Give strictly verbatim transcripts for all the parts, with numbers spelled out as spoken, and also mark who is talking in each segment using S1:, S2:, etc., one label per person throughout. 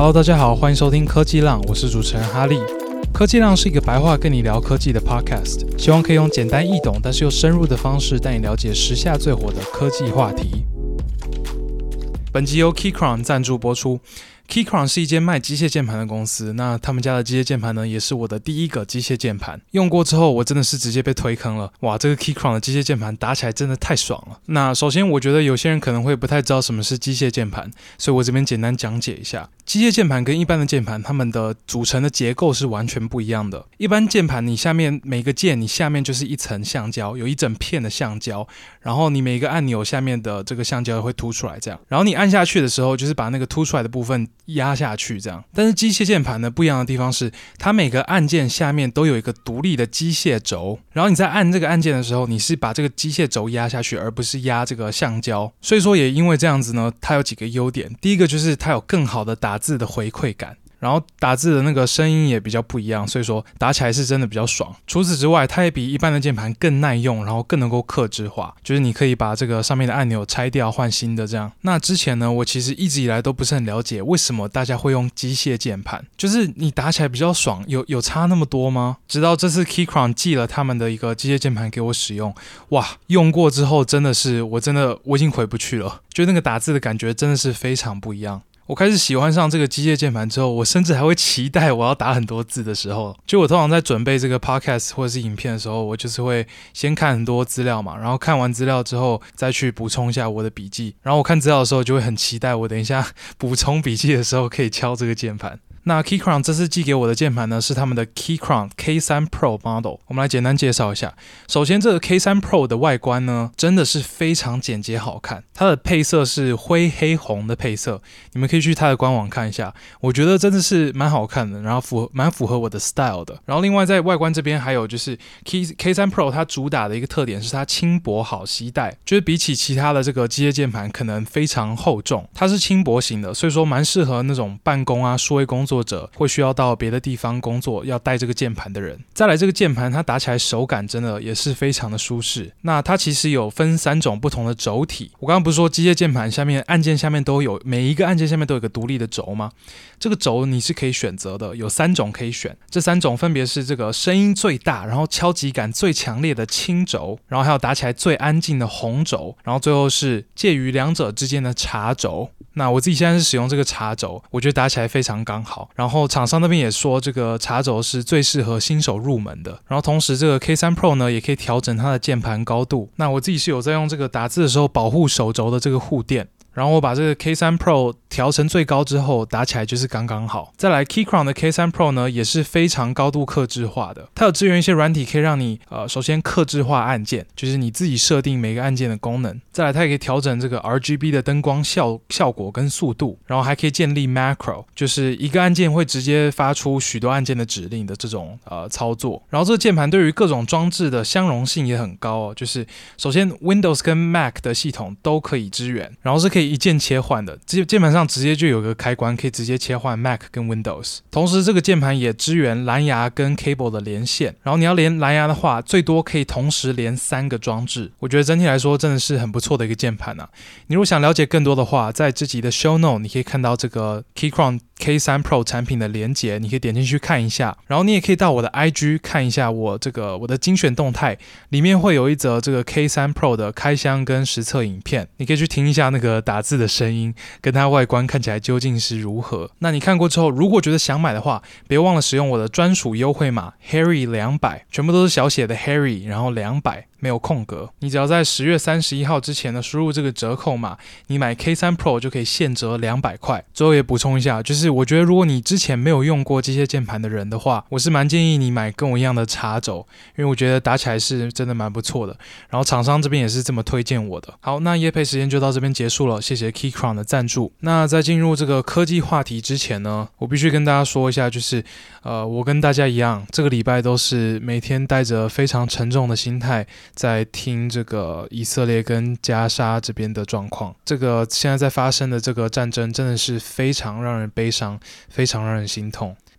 S1: Hello， 大家好，欢迎收听科技浪，我是主持人哈利。科技浪是一个白话跟你聊科技的 podcast， 希望可以用简单易懂但是又深入的方式带你了解时下最火的科技话题。本集由 Keychron 赞助播出。Keychron 是一间卖机械键盘的公司，那他们家的机械键盘呢，也是我的第一个机械键盘。用过之后，我真的是直接被推坑了。哇，这个 Keychron 的机械键盘打起来真的太爽了。那首先，我觉得有些人可能会不太知道什么是机械键盘，所以我这边简单讲解一下。机械键盘跟一般的键盘，它们的组成的结构是完全不一样的。一般键盘，你下面每个键，你下面就是一层橡胶，有一整片的橡胶，然后你每个按钮下面的这个橡胶会凸出来，这样。然后你按下去的时候，就是把那个凸出来的部分压下去，这样。但是机械键盘呢，不一样的地方是，它每个按键下面都有一个独立的机械轴，然后你在按这个按键的时候，你是把这个机械轴压下去，而不是压这个橡胶。所以说，也因为这样子呢，它有几个优点。第一个就是它有更好的打字的回馈感。然后打字的那个声音也比较不一样，所以说打起来是真的比较爽。除此之外，它也比一般的键盘更耐用，然后更能够客制化，就是你可以把这个上面的按钮拆掉换新的这样。那之前呢，我其实一直以来都不是很了解为什么大家会用机械键盘，就是你打起来比较爽，有有差那么多吗？直到这次 Keychron 寄了他们的一个机械键盘给我使用，哇，用过之后真的是我真的我已经回不去了，就那个打字的感觉真的是非常不一样。我开始喜欢上这个机械键盘之后，我甚至还会期待我要打很多字的时候。就我通常在准备这个 podcast 或者是影片的时候，我就是会先看很多资料嘛，然后看完资料之后再去补充一下我的笔记。然后我看资料的时候就会很期待我等一下补充笔记的时候可以敲这个键盘。那 Keychron 这次寄给我的键盘呢，是他们的 Keychron K 三 Pro Model。我们来简单介绍一下。首先，这个 K 三 Pro 的外观呢，真的是非常简洁好看。它的配色是灰黑红的配色，你们可以去它的官网看一下。我觉得真的是蛮好看的，然后符合蛮符合我的 style 的。然后另外在外观这边还有就是 K K 三 Pro 它主打的一个特点是它轻薄好携带，就是比起其他的这个机械键盘可能非常厚重，它是轻薄型的，所以说蛮适合那种办公啊、数位工作。作者会需要到别的地方工作要带这个键盘的人。再来，这个键盘它打起来手感真的也是非常的舒适。那它其实有分三种不同的轴体。我刚刚不是说机械键盘下面按键下面都有每一个按键下面都有一个独立的轴吗？这个轴你是可以选择的，有三种可以选。这三种分别是这个声音最大，然后敲击感最强烈的轻轴，然后还有打起来最安静的红轴，然后最后是介于两者之间的茶轴。那我自己现在是使用这个茶轴，我觉得打起来非常刚好。然后厂商那边也说这个茶轴是最适合新手入门的。然后同时这个 K 三 Pro 呢也可以调整它的键盘高度。那我自己是有在用这个打字的时候保护手轴的这个护垫。然后我把这个 K 三 Pro 调成最高之后，打起来就是刚刚好。再来 Keychron 的 K 三 Pro 呢，也是非常高度客制化的。它有支援一些软体，可以让你呃，首先客制化按键，就是你自己设定每个按键的功能。再来，它也可以调整这个 R G B 的灯光效效果跟速度，然后还可以建立 macro， 就是一个按键会直接发出许多按键的指令的这种呃操作。然后这个键盘对于各种装置的相容性也很高哦，就是首先 Windows 跟 Mac 的系统都可以支援，然后是可以一键切换的，键盘上直接就有个开关，可以直接切换 Mac 跟 Windows。同时，这个键盘也支援蓝牙跟 Cable 的连线。然后你要连蓝牙的话，最多可以同时连三个装置。我觉得整体来说真的是很不错的一个键盘啊。你如果想了解更多的话，在这集的 Show Note 你可以看到这个 Keychron K 三 Pro 产品的连结，你可以点进去看一下。然后你也可以到我的 I G 看一下我这个我的精选动态，里面会有一则这个 K 三 Pro 的开箱跟实测影片，你可以去听一下那个打字的声音跟它外观看起来究竟是如何。那你看过之后，如果觉得想买的话，别忘了使用我的专属优惠码 Harry 两百，全部都是小写的 Harry， 然后两百。没有空格，你只要在十月三十一号之前呢输入这个折扣码，你买 K 三 Pro 就可以现折两百块。最后也补充一下，就是我觉得如果你之前没有用过机械键盘的人的话，我是蛮建议你买跟我一样的茶轴，因为我觉得打起来是真的蛮不错的。然后厂商这边也是这么推荐我的。好，那业配时间就到这边结束了，谢谢 Keychron 的赞助。那在进入这个科技话题之前呢，我必须跟大家说一下，就是呃，我跟大家一样，这个礼拜都是每天带着非常沉重的心态在听这个以色列跟加沙这边的状况。这个现在在发生的这个战争真的是非常让人悲伤，非常让人心痛。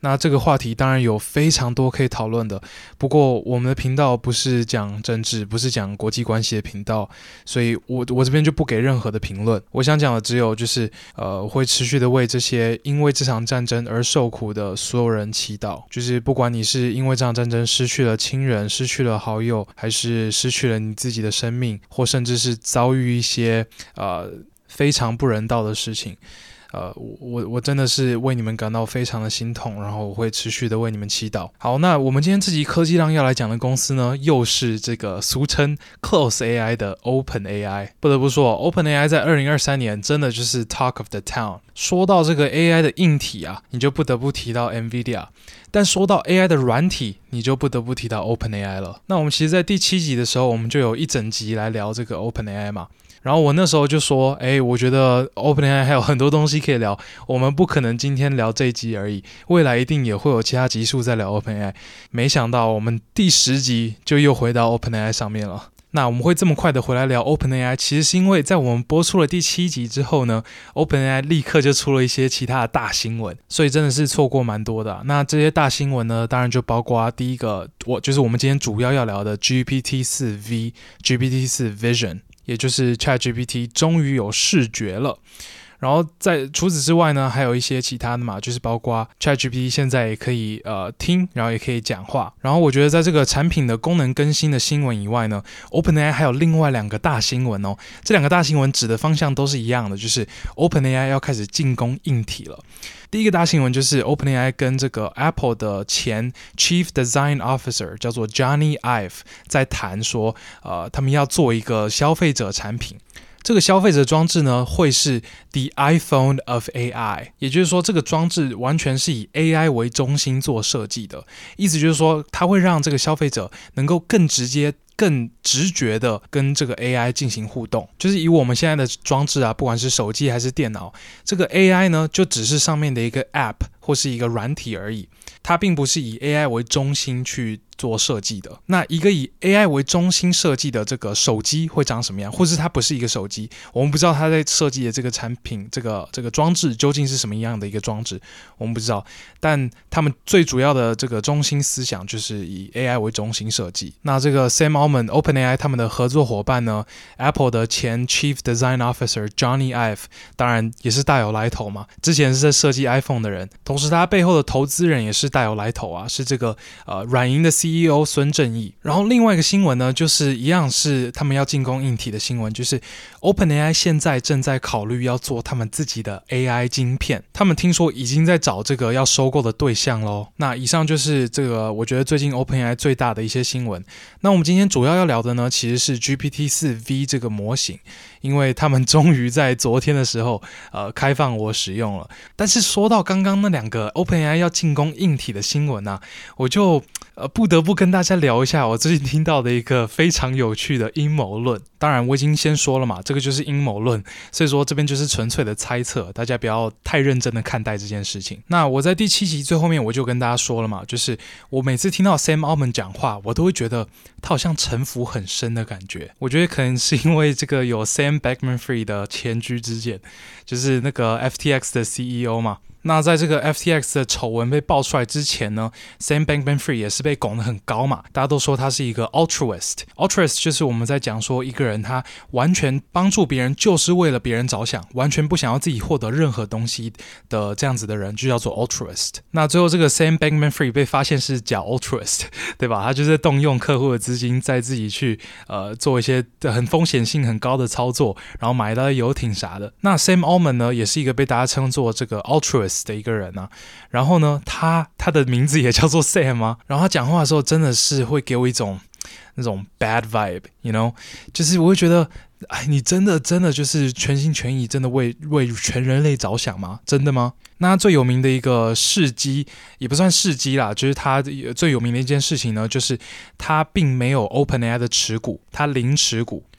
S1: 那这个话题当然有非常多可以讨论的，不过我们的频道不是讲政治，不是讲国际关系的频道，所以我我这边就不给任何的评论。我想讲的只有就是呃，我会持续的为这些因为这场战争而受苦的所有人祈祷，就是不管你是因为这场战争失去了亲人，失去了好友，还是失去了你自己的生命，或甚至是遭遇一些呃非常不人道的事情，呃，我我真的是为你们感到非常的心痛，然后我会持续的为你们祈祷。好，那我们今天这集科技浪要来讲的公司呢，又是这个俗称 Close A I 的 OpenAI。不得不说 ，OpenAI 在二零二三年真的就是 Talk of the Town。说到这个 A I 的硬体啊，你就不得不提到 NVIDIA。但说到 A I 的软体，你就不得不提到 OpenAI 了。那我们其实在第七集的时候，我们就有一整集来聊这个 OpenAI 嘛。然后我那时候就说，哎，我觉得 OpenAI 还有很多东西可以聊，我们不可能今天聊这一集而已，未来一定也会有其他集数在聊 OpenAI。没想到我们第十集就又回到 OpenAI 上面了。那我们会这么快的回来聊 OpenAI， 其实是因为在我们播出了第七集之后呢 ，OpenAI 立刻就出了一些其他的大新闻，所以真的是错过蛮多的啊。那这些大新闻呢，当然就包括第一个，我就是我们今天主要要聊的 G P T 四 V、G P T 四 Vision。也就是 ChatGPT 终于有视觉了，然后在除此之外呢，还有一些其他的嘛，就是包括 ChatGPT 现在也可以呃听，然后也可以讲话。然后我觉得在这个产品的功能更新的新闻以外呢 ，OpenAI 还有另外两个大新闻哦。这两个大新闻指的方向都是一样的，就是 OpenAI 要开始进攻硬体了。第一个大新闻就是 OpenAI 跟这个 Apple 的前 Chief Design Officer 叫做 Johnny Ive 在谈说，呃，他们要做一个消费者产品。这个消费者装置呢，会是 The iPhone of A I， 也就是说，这个装置完全是以 A I 为中心做设计的。意思就是说，它会让这个消费者能够更直接、更直觉的跟这个 A I 进行互动。就是以我们现在的装置啊，不管是手机还是电脑，这个 A I 呢，就只是上面的一个 App 或是一个软体而已，它并不是以 A I 为中心去做设计的。那一个以 A I 为中心设计的这个手机会长什么样，或是它不是一个手机，我们不知道它在设计的这个产品这个这个装置究竟是什么样的一个装置，我们不知道。但他们最主要的这个中心思想就是以 A I 为中心设计。那这个 Sam Altman OpenAI 他们的合作伙伴呢， Apple 的前 Chief Design Officer Johnny Ive 当然也是大有来头嘛，之前是在设计 iPhone 的人，同时他背后的投资人也是大有来头啊，是这个呃软银的 C E O 孙正义。然后另外一个新闻呢，就是一样是他们要进攻硬体的新闻，就是 OpenAI 现在正在考虑要做他们自己的 A I 晶片，他们听说已经在找这个要收购的对象咯。那以上就是这个我觉得最近 OpenAI 最大的一些新闻。那我们今天主要要聊的呢，其实是 G P T 四 V 这个模型，因为他们终于在昨天的时候呃开放我使用了。但是说到刚刚那两个 OpenAI 要进攻硬体的新闻啊，我就呃不得不跟大家聊一下我最近听到的一个非常有趣的阴谋论。当然我已经先说了嘛，这个就是阴谋论，所以说这边就是纯粹的猜测，大家不要太认真的看待这件事情。那我在第七集最后面我就跟大家说了嘛，就是我每次听到 Sam Altman 讲话，我都会觉得他好像城府很深的感觉。我觉得可能是因为这个有 Sam Bankman-Fried 的前车之鉴，就是那个 F T X 的 C E O 嘛。那在这个 F T X 的丑闻被爆出来之前呢， Sam Bankman-Fried 也是被拱得很高嘛，大家都说他是一个 altruist。 altruist 就是我们在讲说一个人他完全帮助别人就是为了别人着想，完全不想要自己获得任何东西的这样子的人就叫做 altruist。 那最后这个 Sam Bankman-Fried 被发现是假 altruist， 对吧？他就是动用客户的资金再自己去呃做一些很风险性很高的操作，然后买到游艇啥的。那 Sam Altman 呢，也是一个被大家称作这个 altruist的一个人啊，然后呢，他他的名字也叫做 Sam 啊，然后他讲话的时候真的是会给我一种那种 bad vibe，you know， 就是我会觉得，哎，你真的真的就是全心全意，真的为为全人类着想吗？真的吗？那最有名的一个事迹，也不算事迹啦，就是他最有名的一件事情呢，就是他并没有 OpenAI 的持股，他零持股。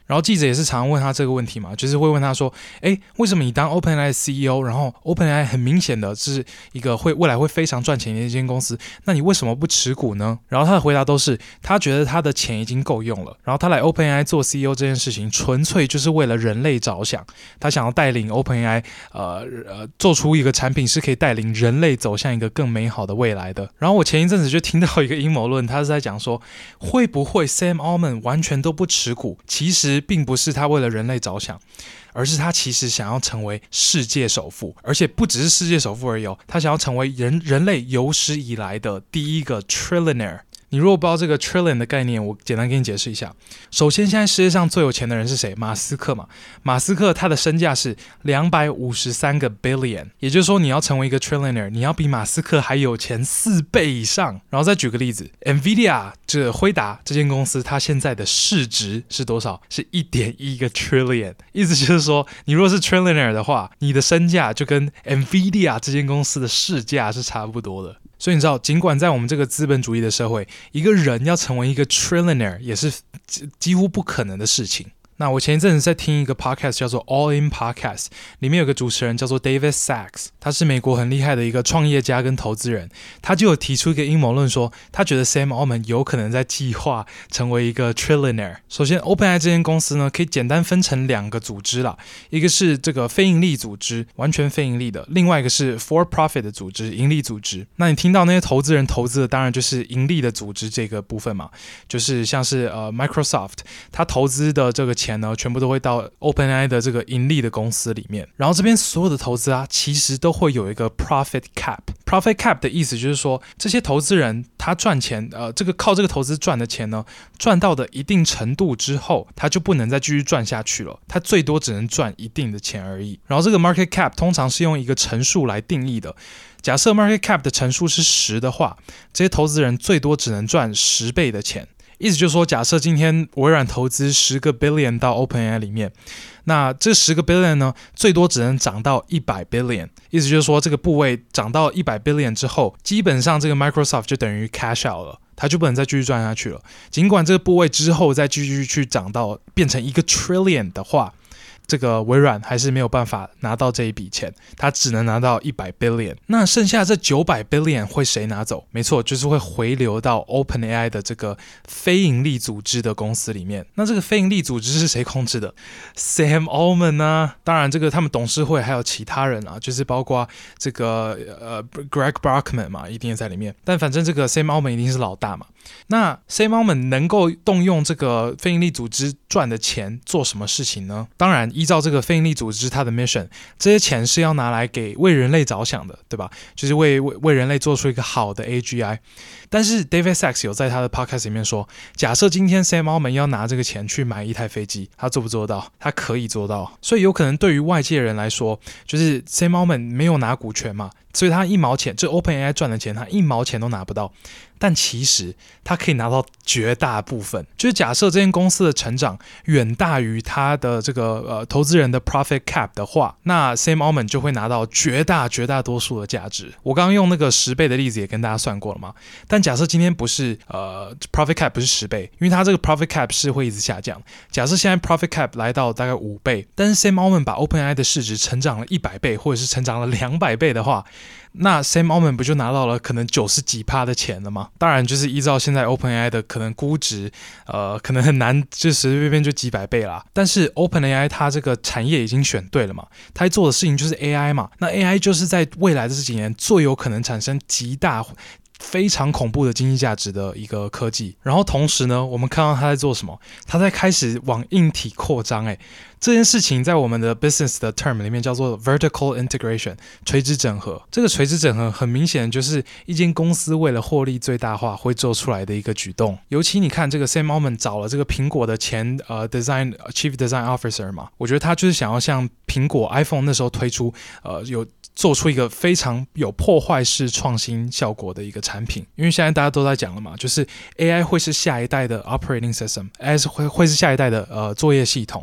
S1: 然后记者也是常常问他这个问题嘛，就是会问他说，诶，为什么你当 OpenAI 的 C E O， 然后 OpenAI 很明显的是一个会未来会非常赚钱的一间公司，那你为什么不持股呢？然后他的回答都是，他觉得他的钱已经够用了，然后他来 OpenAI 做 C E O 这件事情，纯粹就是为了人类着想，他想要带领 OpenAI 呃呃做出一个产品是可以带领人类走向一个更美好的未来的。然后我前一阵子就听到一个阴谋论，他是在讲说，会不会 Sam Altman 完全都不持股，其实并不是他为了人类着想，而是他其实想要成为世界首富，而且不只是世界首富而已，他想要成为人人类有史以来的第一个 trillionaire。你如果不知道这个 trillion 的概念，我简单给你解释一下。首先，现在世界上最有钱的人是谁？马斯克嘛。马斯克他的身价是两百五十三个 billion， 也就是说，你要成为一个 trillionaire， 你要比马斯克还有钱四倍以上。然后再举个例子 ，Nvidia 这辉达这间公司，它现在的市值是多少？是 一点一个 trillion。意思就是说，你如果是 trillionaire 的话，你的身价就跟 Nvidia 这间公司的市价是差不多的。所以你知道，尽管在我们这个资本主义的社会，一个人要成为一个 trillionaire 也是几乎不可能的事情。那我前一阵子在听一个 podcast 叫做 All In Podcast， 里面有个主持人叫做 David Sacks， 他是美国很厉害的一个创业家跟投资人，他就有提出一个阴谋论说，他觉得 Sam Altman 有可能在计划成为一个 trillionaire。首先 OpenAI 这间公司呢，可以简单分成两个组织啦，一个是这个非盈利组织，完全非盈利的，另外一个是 for profit 的组织，盈利组织。那你听到那些投资人投资的当然就是盈利的组织这个部分嘛，就是像是呃 Microsoft， 他投资的这个钱呢，全部都会到 OpenAI 的这个盈利的公司里面。然后这边所有的投资啊，其实都会有一个 profit cap。profit cap 的意思就是说，这些投资人他赚钱，呃，这个靠这个投资赚的钱呢，赚到的一定程度之后，他就不能再继续赚下去了，他最多只能赚一定的钱而已。然后这个 market cap 通常是用一个乘数来定义的。假设 market cap 的乘数是十的话，这些投资人最多只能赚十倍的钱。意思就是说，假设今天微软投资十个 billion 到 OpenAI 里面，那这十个 billion 呢，最多只能涨到一百 billion。意思就是说，这个部位涨到一百 billion 之后，基本上这个 Microsoft 就等于 cash out 了，它就不能再继续赚下去了。尽管这个部位之后再继续去涨到变成一个 trillion 的话，这个微软还是没有办法拿到这一笔钱，它只能拿到一百 billion。那剩下这九百 billion 会谁拿走？没错，就是会回流到 OpenAI 的这个非盈利组织的公司里面。那这个非盈利组织是谁控制的？ Sam Altman 啊，当然这个他们董事会还有其他人啊，就是包括这个呃 Greg Brockman 嘛，一定也在里面。但反正这个 Sam Altman 一定是老大嘛。那 Sam Altman 能够动用这个非盈利组织赚的钱做什么事情呢？当然依照这个非营利组织它的 mission， 这些钱是要拿来给为人类着想的，对吧？就是为为为人类做出一个好的 A G I。但是 David Sacks 有在他的 podcast 里面说，假设今天 Sam Altman 要拿这个钱去买一台飞机，他做不做到？他可以做到。所以有可能对于外界人来说，就是 Sam Altman 没有拿股权嘛，所以他一毛钱，这 OpenAI 赚的钱他一毛钱都拿不到。但其实他可以拿到绝大部分，就是假设这间公司的成长远大于他的这个呃投资人的 profit cap 的话，那 Sam Altman 就会拿到绝大绝大多数的价值。我刚刚用那个十倍的例子也跟大家算过了嘛，但假设今天不是呃 profit cap 不是十倍，因为它这个 profit cap 是会一直下降。假设现在 profit cap 来到大概五倍，但是 Sam Altman 把 OpenAI 的市值成长了一百倍，或者是成长了两百倍的话，那 Sam Altman 不就拿到了可能九十几%的钱了吗？当然就是依照现在 OpenAI 的可能估值，呃，可能很难就随随便便就几百倍啦。但是 OpenAI 它这个产业已经选对了嘛，它做的事情就是 A I 嘛，那 A I 就是在未来的这几年最有可能产生极大非常恐怖的经济价值的一个科技。然后同时呢，我们看到他在做什么？他在开始往硬体扩张。诶，这件事情在我们的 business 的 term 里面叫做 vertical integration， 垂直整合。这个垂直整合很明显就是一间公司为了获利最大化会做出来的一个举动。尤其你看这个 Sam Altman 找了这个苹果的前呃 design chief design officer 嘛，我觉得他就是想要像苹果 iPhone 那时候推出呃有做出一个非常有破坏式创新效果的一个产品。因为现在大家都在讲了嘛，就是 A I 会是下一代的 operating system， A I 会会是下一代的呃作业系统。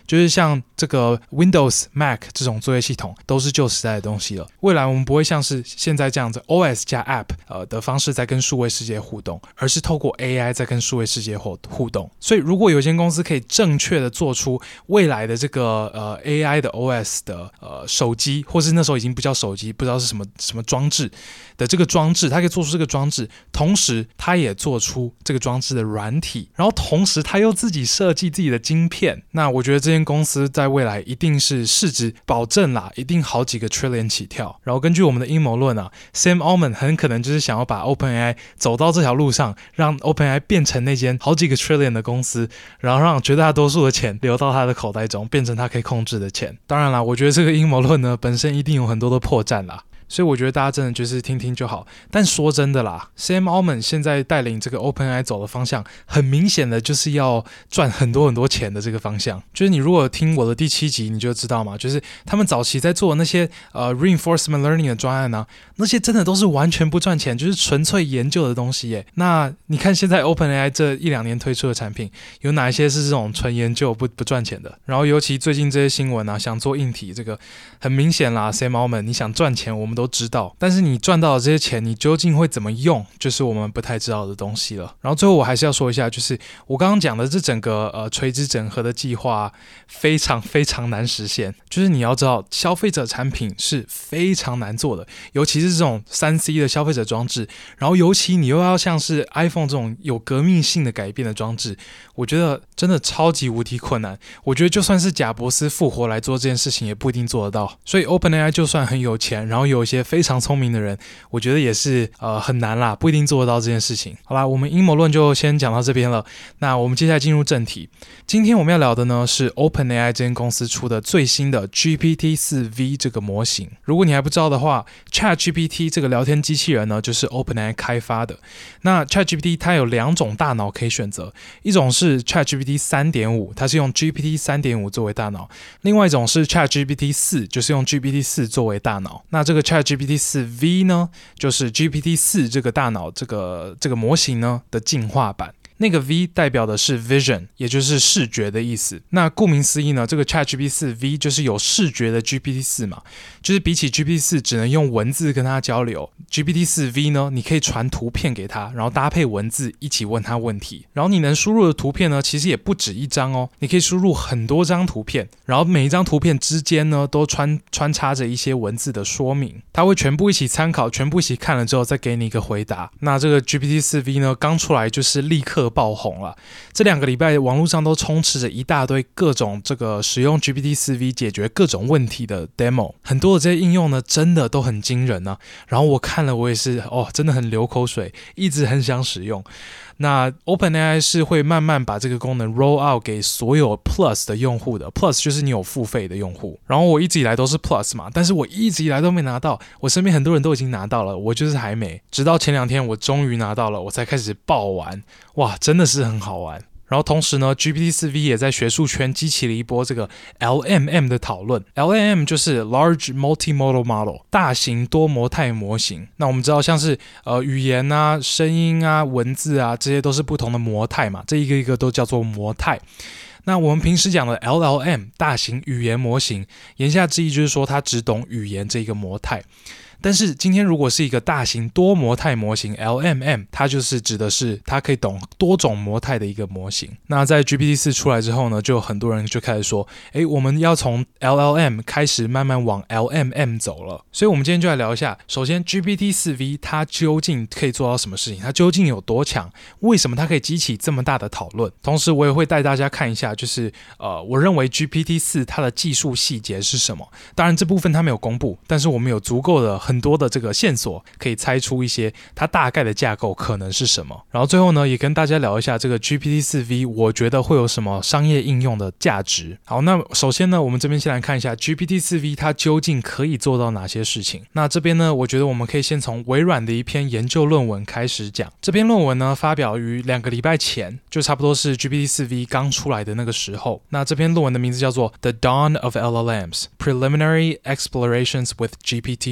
S1: 就是像这个 Windows、Mac 这种作业系统都是旧时代的东西了。未来我们不会像是现在这样子 O S 加 App 呃的方式在跟数位世界互动，而是透过 A I 在跟数位世界互动。所以如果有一间公司可以正确的做出未来的这个呃 A I 的 O S 的呃手机，或是那时候已经不叫手机，不知道是什么什么装置的这个装置，它可以做出这个装置，同时它也做出这个装置的软体，然后同时它又自己设计自己的晶片，那我觉得这间公司在未来一定是市值保证啦，一定好几个 trillion 起跳。然后根据我们的阴谋论啊 Sam Altman 很可能就是想要把 OpenAI 走到这条路上，让 OpenAI 变成那间好几个 trillion 的公司，然后让绝大多数的钱流到他的口袋中，变成他可以控制的钱。当然啦，我觉得这个阴谋论呢本身一定有很多的破绽啦，所以我觉得大家真的就是听听就好。但说真的啦 Sam Altman 现在带领这个 OpenAI 走的方向很明显的就是要赚很多很多钱的这个方向。就是你如果听我的第七集你就知道嘛，就是他们早期在做的那些呃 reinforcement learning 的专案啊，那些真的都是完全不赚钱，就是纯粹研究的东西耶。那你看现在 OpenAI 这一两年推出的产品有哪一些是这种纯研究不不赚钱的？然后尤其最近这些新闻啊，想做硬体，这个很明显啦 Sam Altman 你想赚钱我们都知道，但是你赚到的这些钱你究竟会怎么用，就是我们不太知道的东西了。然后最后我还是要说一下，就是我刚刚讲的这整个呃垂直整合的计划非常非常难实现，就是你要知道消费者产品是非常难做的，尤其是这种 三 C 的消费者装置，然后尤其你又要像是 iPhone 这种有革命性的改变的装置，我觉得真的超级无敌困难。我觉得就算是贾伯斯复活来做这件事情也不一定做得到，所以 OpenAI 就算很有钱，然后有一些非常聪明的人，我觉得也是呃很难啦，不一定做得到这件事情。好啦，我们阴谋论就先讲到这边了。那我们接下来进入正题。今天我们要聊的呢是 OpenAI 这间公司出的最新的 G P T 四 V 这个模型。如果你还不知道的话， ChatGPT 这个聊天机器人呢就是 OpenAI 开发的。那 ChatGPT 它有两种大脑可以选择，一种是 ChatGPT 三点五， 它是用 G P T 三点五 作为大脑，另外一种是 ChatGPT 四， 就是用 G P T 四 作为大脑。那这个 ChatGPT 四 V 呢，就是 G P T 四 这个大脑这个这个模型呢的进化版。那个 V 代表的是 vision， 也就是视觉的意思。那顾名思义呢，这个 ChatGPT 四 V 就是有视觉的 G P T 四 嘛，就是比起 G P T 四 只能用文字跟它交流， G P T 四 V 呢，你可以传图片给它，然后搭配文字一起问它问题。然后你能输入的图片呢，其实也不止一张哦，你可以输入很多张图片，然后每一张图片之间呢，都穿穿插着一些文字的说明，它会全部一起参考，全部一起看了之后再给你一个回答。那这个 G P T 四 V 呢，刚出来就是立刻爆红了。这两个礼拜网络上都充斥着一大堆各种这个使用 G P T 四 V 解决各种问题的 demo， 很多的这些应用呢真的都很惊人啊。然后我看了我也是哦，真的很流口水，一直很想使用。那 OpenAI 是会慢慢把这个功能 roll out 给所有 Plus 的用户的， Plus 就是你有付费的用户。然后我一直以来都是 Plus 嘛，但是我一直以来都没拿到，我身边很多人都已经拿到了，我就是还没。直到前两天我终于拿到了，我才开始爆玩，哇，真的是很好玩。然后同时呢 G P T 四 V 也在学术圈激起了一波这个 L M M 的讨论。 L M M 就是 Large Multimodal Model， 大型多模态模型。那我们知道像是呃语言啊、声音啊、文字啊，这些都是不同的模态嘛，这一个一个都叫做模态。那我们平时讲的 L L M 大型语言模型，言下之意就是说它只懂语言这一个模态。但是今天如果是一个大型多模态模型 L M M， 它就是指的是它可以懂多种模态的一个模型。那在 G P T 四 出来之后呢，就有很多人就开始说，诶，我们要从 L L M 开始慢慢往 L M M 走了。所以我们今天就来聊一下，首先 G P T 四 V 它究竟可以做到什么事情，它究竟有多强，为什么它可以激起这么大的讨论。同时我也会带大家看一下，就是呃，我认为 G P T 四 它的技术细节是什么。当然这部分它没有公布，但是我们有足够的很多的这个线索可以猜出一些它大概的架构可能是什么。然后最后呢，也跟大家聊一下这个 G P T 四 V 我觉得会有什么商业应用的价值。好，那首先呢，我们这边先来看一下 G P T 四 V 它究竟可以做到哪些事情。那这边呢，我觉得我们可以先从微软的一篇研究论文开始讲。这篇论文呢发表于两个礼拜前，就差不多是 G P T 四 V 刚出来的那个时候。那这篇论文的名字叫做 The Dawn of L L Ms Preliminary Explorations with G P T 四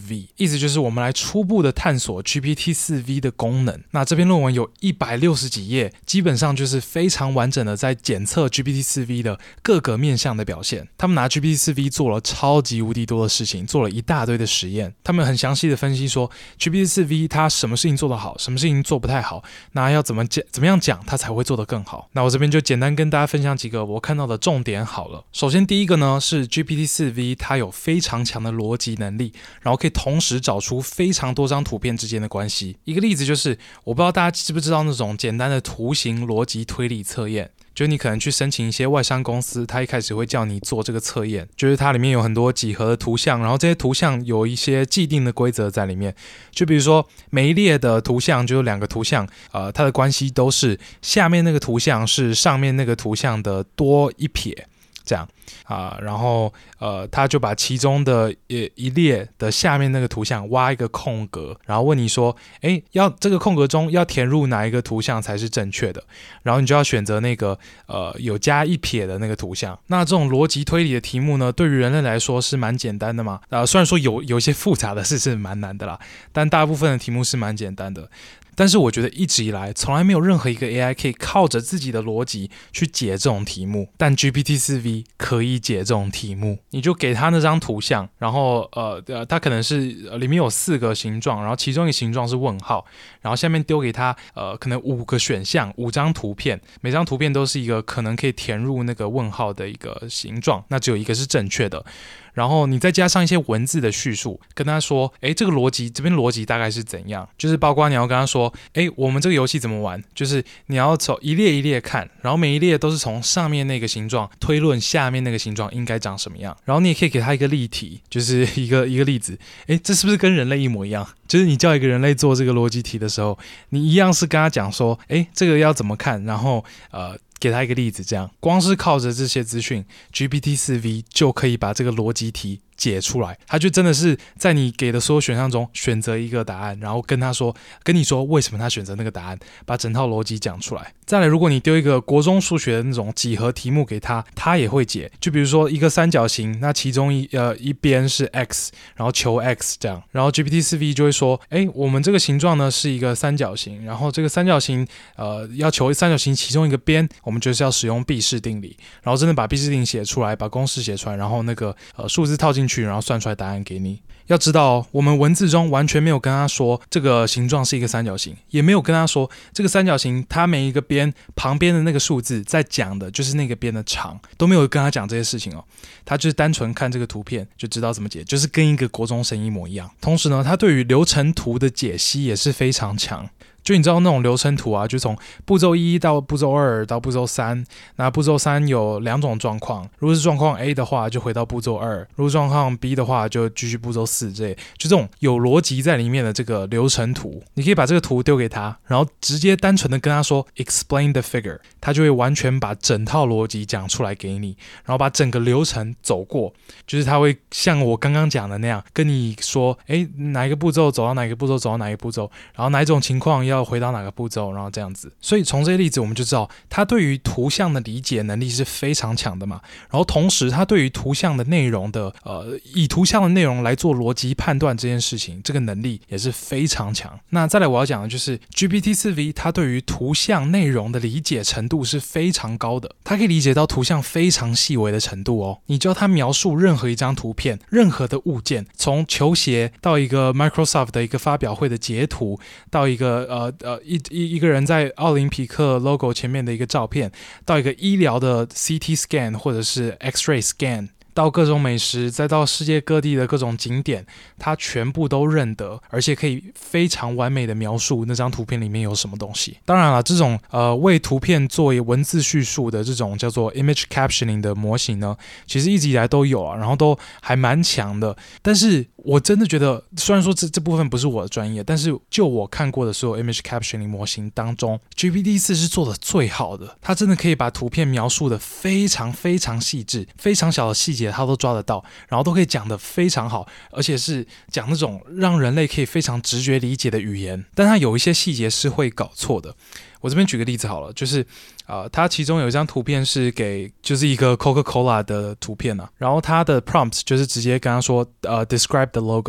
S1: V， 意思就是我们来初步的探索 G P T 四 V 的功能。那这篇论文有一百六十几页，基本上就是非常完整的在检测 G P T 四 V 的各个面向的表现。他们拿 G P T 四 V 做了超级无敌多的事情，做了一大堆的实验。他们很详细的分析说 G P T 四 V 它什么事情做得好，什么事情做不太好，那要怎么讲怎么样讲它才会做得更好。那我这边就简单跟大家分享几个我看到的重点好了。首先第一个呢是 G P T 四 V 它有非常强的逻辑能力，然后可以同时找出非常多张图片之间的关系。一个例子就是我不知道大家知不知道那种简单的图形逻辑推理测验，就是你可能去申请一些外商公司，他一开始会叫你做这个测验，就是它里面有很多几何的图像，然后这些图像有一些既定的规则在里面。就比如说每一列的图像就有两个图像，呃，它的关系都是下面那个图像是上面那个图像的多一撇。这样啊，然后呃，他就把其中的一一列的下面那个图像挖一个空格，然后问你说，哎，要这个空格中要填入哪一个图像才是正确的？然后你就要选择那个呃有加一撇的那个图像。那这种逻辑推理的题目呢，对于人类来说是蛮简单的嘛。呃，虽然说有有一些复杂的事是蛮难的啦，但大部分的题目是蛮简单的。但是我觉得一直以来从来没有任何一个 A I 可以靠着自己的逻辑去解这种题目，但 G P T 四 V 可以解这种题目。你就给他那张图像，然后呃呃，它可能是、呃、里面有四个形状，然后其中一个形状是问号，然后下面丢给他呃可能五个选项，五张图片，每张图片都是一个可能可以填入那个问号的一个形状，那只有一个是正确的。然后你再加上一些文字的叙述，跟他说，诶，这个逻辑这边逻辑大概是怎样？就是包括你要跟他说，诶，我们这个游戏怎么玩？就是你要从一列一列看，然后每一列都是从上面那个形状推论下面那个形状应该长什么样。然后你也可以给他一个例题，就是一个一个例子，诶，这是不是跟人类一模一样？就是你叫一个人类做这个逻辑题的时候，你一样是跟他讲说，诶，这个要怎么看？然后呃。给他一个例子，这样光是靠着这些资讯 G P T 四 V 就可以把这个逻辑题解出来。他就真的是在你给的所有选项中选择一个答案，然后跟他说跟你说为什么他选择那个答案，把整套逻辑讲出来。再来，如果你丢一个国中数学的那种几何题目给他，他也会解。就比如说一个三角形，那其中一呃一边是 x， 然后求 x 这样，然后 G P T 四 V 就会说，哎，我们这个形状呢是一个三角形，然后这个三角形呃要求三角形其中一个边，我们就是要使用毕氏定理，然后真的把毕氏定理写出来，把公式写出来，然后那个呃数字套进去，然后算出来答案给你。要知道、哦、我们文字中完全没有跟他说这个形状是一个三角形，也没有跟他说这个三角形它每一个边旁边的那个数字在讲的就是那个边的长，都没有跟他讲这些事情哦。他就是单纯看这个图片就知道怎么解，就是跟一个国中生一模一样。同时呢，他对于流程图的解析也是非常强。就你知道那种流程图啊，就从步骤一到步骤二到步骤三，那步骤三有两种状况，如果是状况 A 的话就回到步骤二，如果状况 B 的话就继续步骤四之类，就这种有逻辑在里面的这个流程图，你可以把这个图丢给他，然后直接单纯的跟他说 explain the figure， 他就会完全把整套逻辑讲出来给你，然后把整个流程走过，就是他会像我刚刚讲的那样跟你说，诶，哪一个步骤走到哪一个步骤走到哪一个步骤，然后哪一种情况要要回到哪个步骤，然后这样子。所以从这些例子我们就知道他对于图像的理解能力是非常强的嘛，然后同时他对于图像的内容的呃以图像的内容来做逻辑判断这件事情，这个能力也是非常强。那再来我要讲的就是 G P T 四 V 它对于图像内容的理解程度是非常高的，它可以理解到图像非常细微的程度哦。你教它描述任何一张图片，任何的物件，从球鞋到一个 Microsoft 的一个发表会的截图，到一个呃呃一一一个人在奥林匹克 logo 前面的一个照片，到一个医疗的 C T scan 或者是 X-ray scan，到各种美食，再到世界各地的各种景点，它全部都认得，而且可以非常完美的描述那张图片里面有什么东西。当然了，这种呃为图片作为文字叙述的这种叫做 image captioning 的模型呢，其实一直以来都有啊，然后都还蛮强的。但是我真的觉得，虽然说这这部分不是我的专业，但是就我看过的所有 image captioning 模型当中 ，G P T 四 是做的最好的。它真的可以把图片描述的非常非常细致，非常小的细节它都抓得到，然后都可以讲得非常好，而且是讲那种让人类可以非常直觉理解的语言。但它有一些细节是会搞错的。我这边举个例子好了，就是呃，它其中有一张图片是给就是一个 Coca-Cola 的图片啊，然后它的 prompt 就是直接跟他说呃 describe the logo。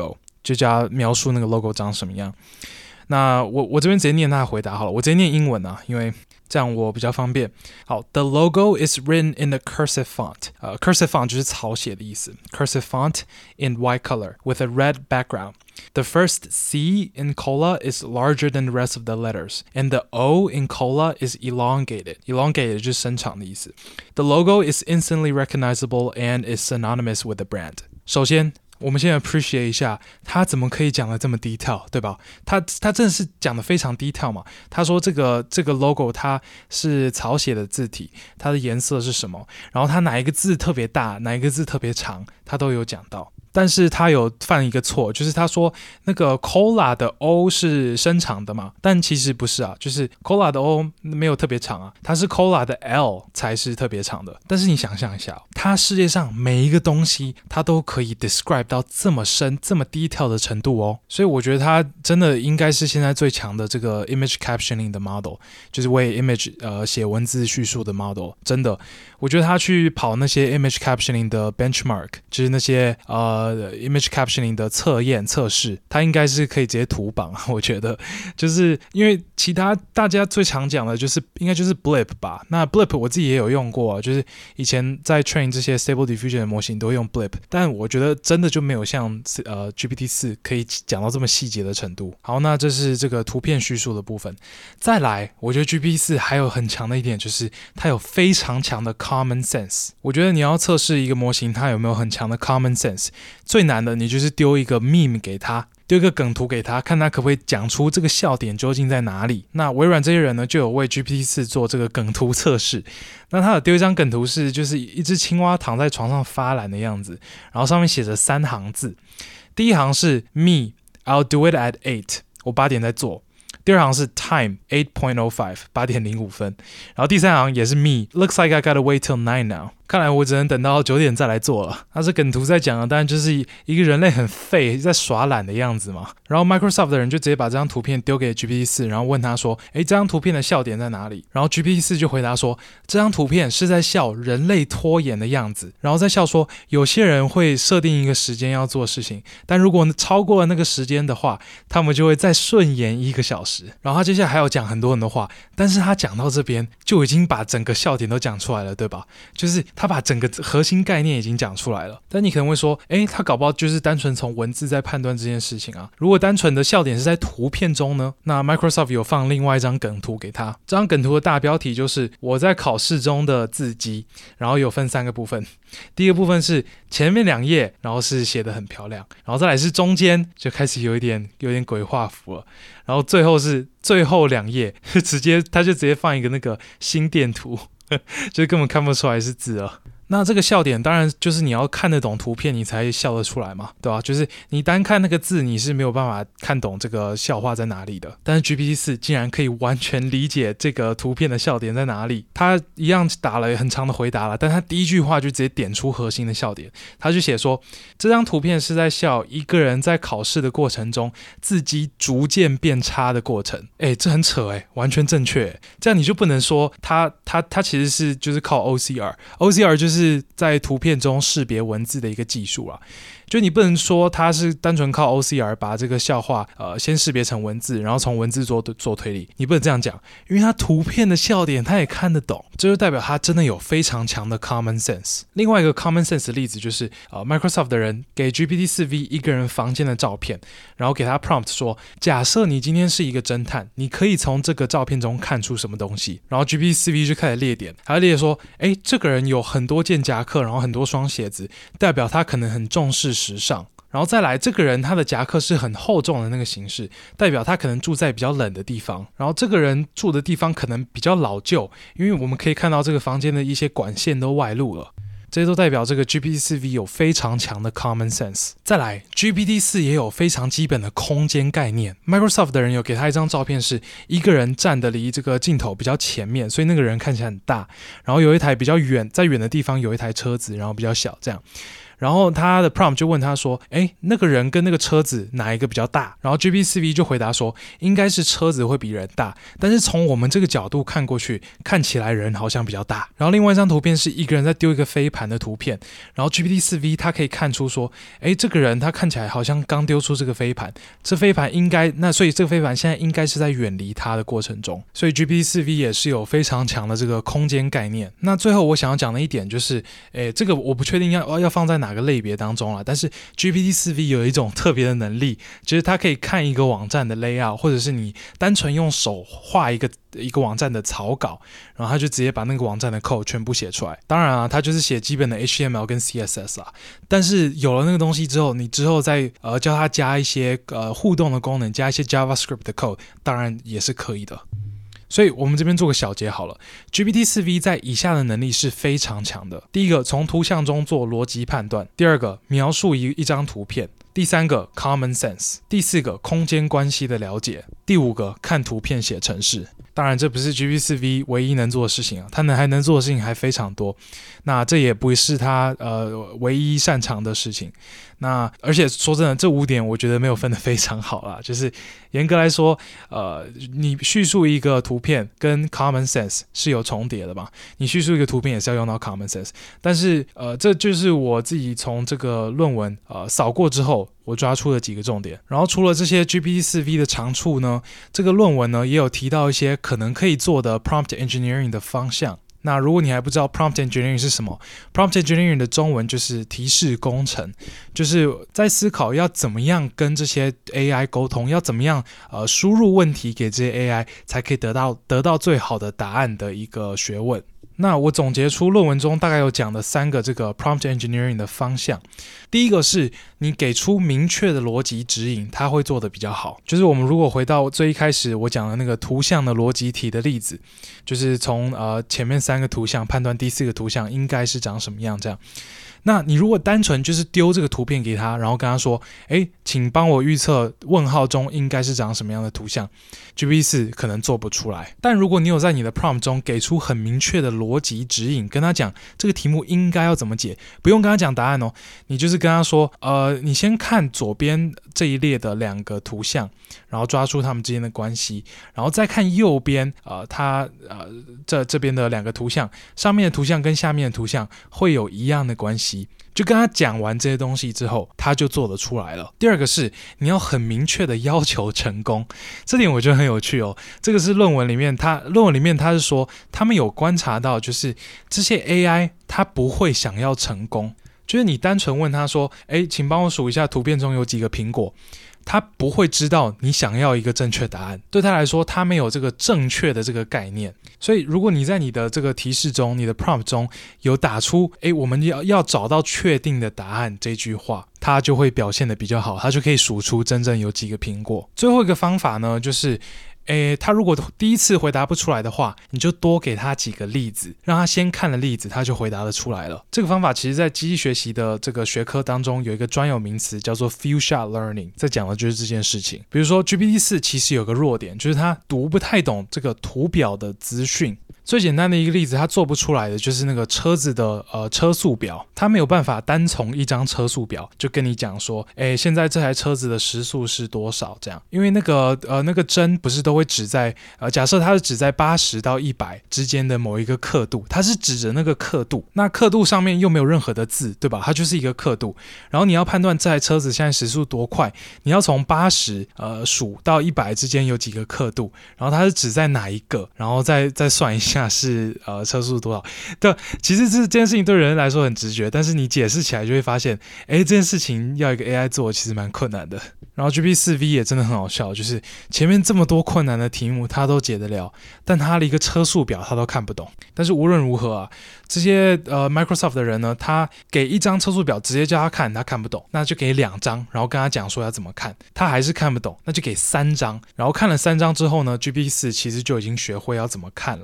S1: 就叫他描述那个 logo 长什么样。那我我这边直接念他的回答好了，我直接念英文啊，因为这样我比较方便。好 ，The logo is written in the cursive font. 呃 ，cursive font 就是草写的意思。Cursive font in white color with a red background. The first C in cola is larger than the rest of the letters, and the O in cola is elongated. Elongated 就是伸长的意思。The logo is instantly recognizable and is synonymous with the brand. 首先，我们先 appreciate 一下他怎么可以讲的这么 detail， 对吧？他他真的是讲的非常 detail 嘛。他说这个这个 logo 它是草写的字体，它的颜色是什么，然后它哪一个字特别大，哪一个字特别长，他都有讲到。但是他有犯一个错，就是他说那个 cola 的 O 是伸长的嘛，但其实不是啊，就是 cola 的 O 没有特别长啊，它是 cola 的 L 才是特别长的。但是你想象一下，它世界上每一个东西它都可以 describe 到这么深这么 detail 的程度哦，所以我觉得它真的应该是现在最强的这个 image captioning 的 model， 就是为 image 呃写文字叙述的 model。真的，我觉得他去跑那些 image captioning 的 benchmark， 就是那些呃image captioning 的测验测试，它应该是可以直接图榜。我觉得就是因为其他大家最常讲的就是应该就是 blip 吧，那 blip 我自己也有用过，就是以前在 train 这些 stable diffusion 的模型都会用 blip， 但我觉得真的就没有像呃 G P T 四 可以讲到这么细节的程度。好，那这是这个图片叙述的部分。再来，我觉得 G P T 四 还有很强的一点就是它有非常强的 common sense。我觉得你要测试一个模型它有没有很强的 common sense，最难的你就是丢一个 meme 给他，丢一个梗图给他，看他可不可以讲出这个笑点究竟在哪里。那微软这些人呢，就有为 G P T 四 做这个梗图测试。那他有丢一张梗图是就是一只青蛙躺在床上发懒的样子，然后上面写着三行字。第一行是 Me, I'll do it at eight， 我八点在做。第二行是 Time eight point oh five 八点零五分，然后第三行也是 Me Looks like I gotta wait till nine now， 看来我只能等到九点再来做了。那这梗图在讲的当然就是一个人类很废在耍懒的样子嘛。然后 Microsoft 的人就直接把这张图片丢给 G P T 四， 然后问他说诶这张图片的笑点在哪里，然后 G P T 四 就回答说这张图片是在笑人类拖延的样子，然后再笑说有些人会设定一个时间要做事情，但如果超过了那个时间的话，他们就会再顺延一个小时。然后他接下来还有讲很多很多话，但是他讲到这边就已经把整个笑点都讲出来了，对吧？就是他把整个核心概念已经讲出来了。但你可能会说诶他搞不好就是单纯从文字在判断这件事情啊，如果单纯的笑点是在图片中呢，那 Microsoft 有放另外一张梗图给他，这张梗图的大标题就是我在考试中的字迹，然后有分三个部分。第一个部分是前面两页，然后是写得很漂亮，然后再来是中间就开始有一点有点鬼画符了，然后最后是最后两页直接他就直接放一个那个心电图就根本看不出来是字了。那这个笑点当然就是你要看得懂图片你才笑得出来嘛，对吧？就是你单看那个字你是没有办法看懂这个笑话在哪里的，但是 G P T 四 竟然可以完全理解这个图片的笑点在哪里。他一样打了很长的回答了，但他第一句话就直接点出核心的笑点，他就写说这张图片是在笑一个人在考试的过程中字迹逐渐变差的过程。诶这很扯诶，完全正确。这样你就不能说他他他其实是就是靠 O C R O C R 就是是在图片中识别文字的一个技术啦，就你不能说它是单纯靠 O C R 把这个笑话呃先识别成文字，然后从文字做做推理，你不能这样讲，因为它图片的笑点它也看得懂，这就代表它真的有非常强的 common sense。另外一个 common sense 的例子就是呃 Microsoft 的人给 G P T 四 V 一个人房间的照片，然后给他 prompt 说假设你今天是一个侦探，你可以从这个照片中看出什么东西，然后 G P T 四 V 就开始列点，还列说诶这个人有很多件夹克，然后很多双鞋子，代表他可能很重视时尚。然后再来这个人他的夹克是很厚重的那个形式，代表他可能住在比较冷的地方，然后这个人住的地方可能比较老旧，因为我们可以看到这个房间的一些管线都外露了，这些都代表这个 G P T 四 V 有非常强的 common sense。 再来 G P T 四 也有非常基本的空间概念。 Microsoft 的人有给他一张照片，是一个人站得离这个镜头比较前面，所以那个人看起来很大，然后有一台比较远在远的地方有一台车子，然后比较小这样。 然后他的 prompt 就问他说，诶，那个人跟那个车子哪一个比较大？然后 G P T 四 V 就回答说，应该是车子会比人大，但是从我们这个角度看过去，看起来人好像比较大。然后另外一张图片是一个人在丢一个飞盘的图片，然后 G P T 四 V 他可以看出说，诶，这个人他看起来好像刚丢出这个飞盘，这飞盘应该那所以这个飞盘现在应该是在远离他的过程中，所以 G P T 四 V 也是有非常强的这个空间概念。那最后我想要讲的一点就是，诶，这个我不确定要要放在哪个类别当中啦，但是 G P T 四 V 有一种特别的能力，就是它可以看一个网站的 layout， 或者是你单纯用手画一个一个网站的草稿，然后它就直接把那个网站的 code 全部写出来。当然啊，它就是写基本的 H T M L 跟 C S S 啦，但是有了那个东西之后，你之后再呃叫它加一些呃互动的功能，加一些 JavaScript 的 code， 当然也是可以的。所以我们这边做个小结好了， G P T 四 V 在以下的能力是非常强的。第一个，从图像中做逻辑判断；第二个，描述 一, 一张图片；第三个 common sense；第四个，空间关系的了解；第五个，看图片写程式。当然这不是 G P T 四 V 唯一能做的事情啊，它能还能做的事情还非常多。那这也不是它呃唯一擅长的事情。那而且说真的，这五点我觉得没有分得非常好啦，就是严格来说，呃，你叙述一个图片跟 common sense 是有重叠的嘛？你叙述一个图片也是要用到 common sense， 但是呃，这就是我自己从这个论文呃扫过之后，我抓出了几个重点。然后除了这些 G P T 四 V 的长处呢，这个论文呢也有提到一些可能可以做的 prompt engineering 的方向。那如果你还不知道 prompt engineering 是什么， prompt engineering 的中文就是提示工程，就是在思考要怎么样跟这些 A I 沟通，要怎么样呃输入问题给这些 A I 才可以得到得到最好的答案的一个学问。那我总结出论文中大概有讲的三个这个 prompt engineering 的方向。第一个是你给出明确的逻辑指引，它会做得比较好。就是我们如果回到最一开始我讲的那个图像的逻辑题的例子，就是从呃前面三个图像判断第四个图像应该是长什么样这样。那你如果单纯就是丢这个图片给他，然后跟他说，诶，请帮我预测问号中应该是长什么样的图像， G P T 四 可能做不出来。但如果你有在你的 prompt 中给出很明确的逻辑指引，跟他讲这个题目应该要怎么解，不用跟他讲答案哦，你就是跟他说，呃，你先看左边这一列的两个图像，然后抓出它们之间的关系，然后再看右边，呃，它呃这这边的两个图像，上面的图像跟下面的图像会有一样的关系。就跟他讲完这些东西之后，他就做得出来了。第二个是你要很明确的要求成功，这点我觉得很有趣哦。这个是论文里面，他论文里面他是说，他们有观察到，就是这些 A I 它不会想要成功，就是你单纯问他说，诶，请帮我数一下图片中有几个苹果，他不会知道你想要一个正确答案，对他来说他没有这个正确的这个概念。所以如果你在你的这个提示中，你的 prompt 中有打出诶我们要要找到确定的答案这句话，他就会表现得比较好，他就可以数出真正有几个苹果。最后一个方法呢，就是诶，他如果第一次回答不出来的话，你就多给他几个例子，让他先看了例子，他就回答得出来了。这个方法其实在机器学习的这个学科当中有一个专有名词叫做 few shot learning， 在讲的就是这件事情。比如说 G P T 四 其实有个弱点，就是它读不太懂这个图表的资讯。最简单的一个例子，它做不出来的就是那个车子的呃车速表，它没有办法单从一张车速表就跟你讲说，诶，现在这台车子的时速是多少这样，因为那个呃那个针不是都会指在呃假设它是指在八十到一百之间的某一个刻度，它是指着那个刻度，那刻度上面又没有任何的字，对吧？它就是一个刻度，然后你要判断这台车子现在时速多快，你要从八十呃数到一百之间有几个刻度，然后它是指在哪一个，然后再再算一下是呃车速多少。对，其实这这件事情对人来说很直觉，但是你解释起来就会发现，诶，这件事情要一个 A I 做其实蛮困难的。然后 G P T 四 V 也真的很好笑，就是前面这么多困难的题目它都解得了，但它的一个车速表它都看不懂。但是无论如何啊，这些呃 Microsoft 的人呢，他给一张车速表直接叫他看，他看不懂，那就给两张，然后跟他讲说要怎么看，他还是看不懂，那就给三张，然后看了三张之后呢 G P T 四 其实就已经学会要怎么看了。好了，讲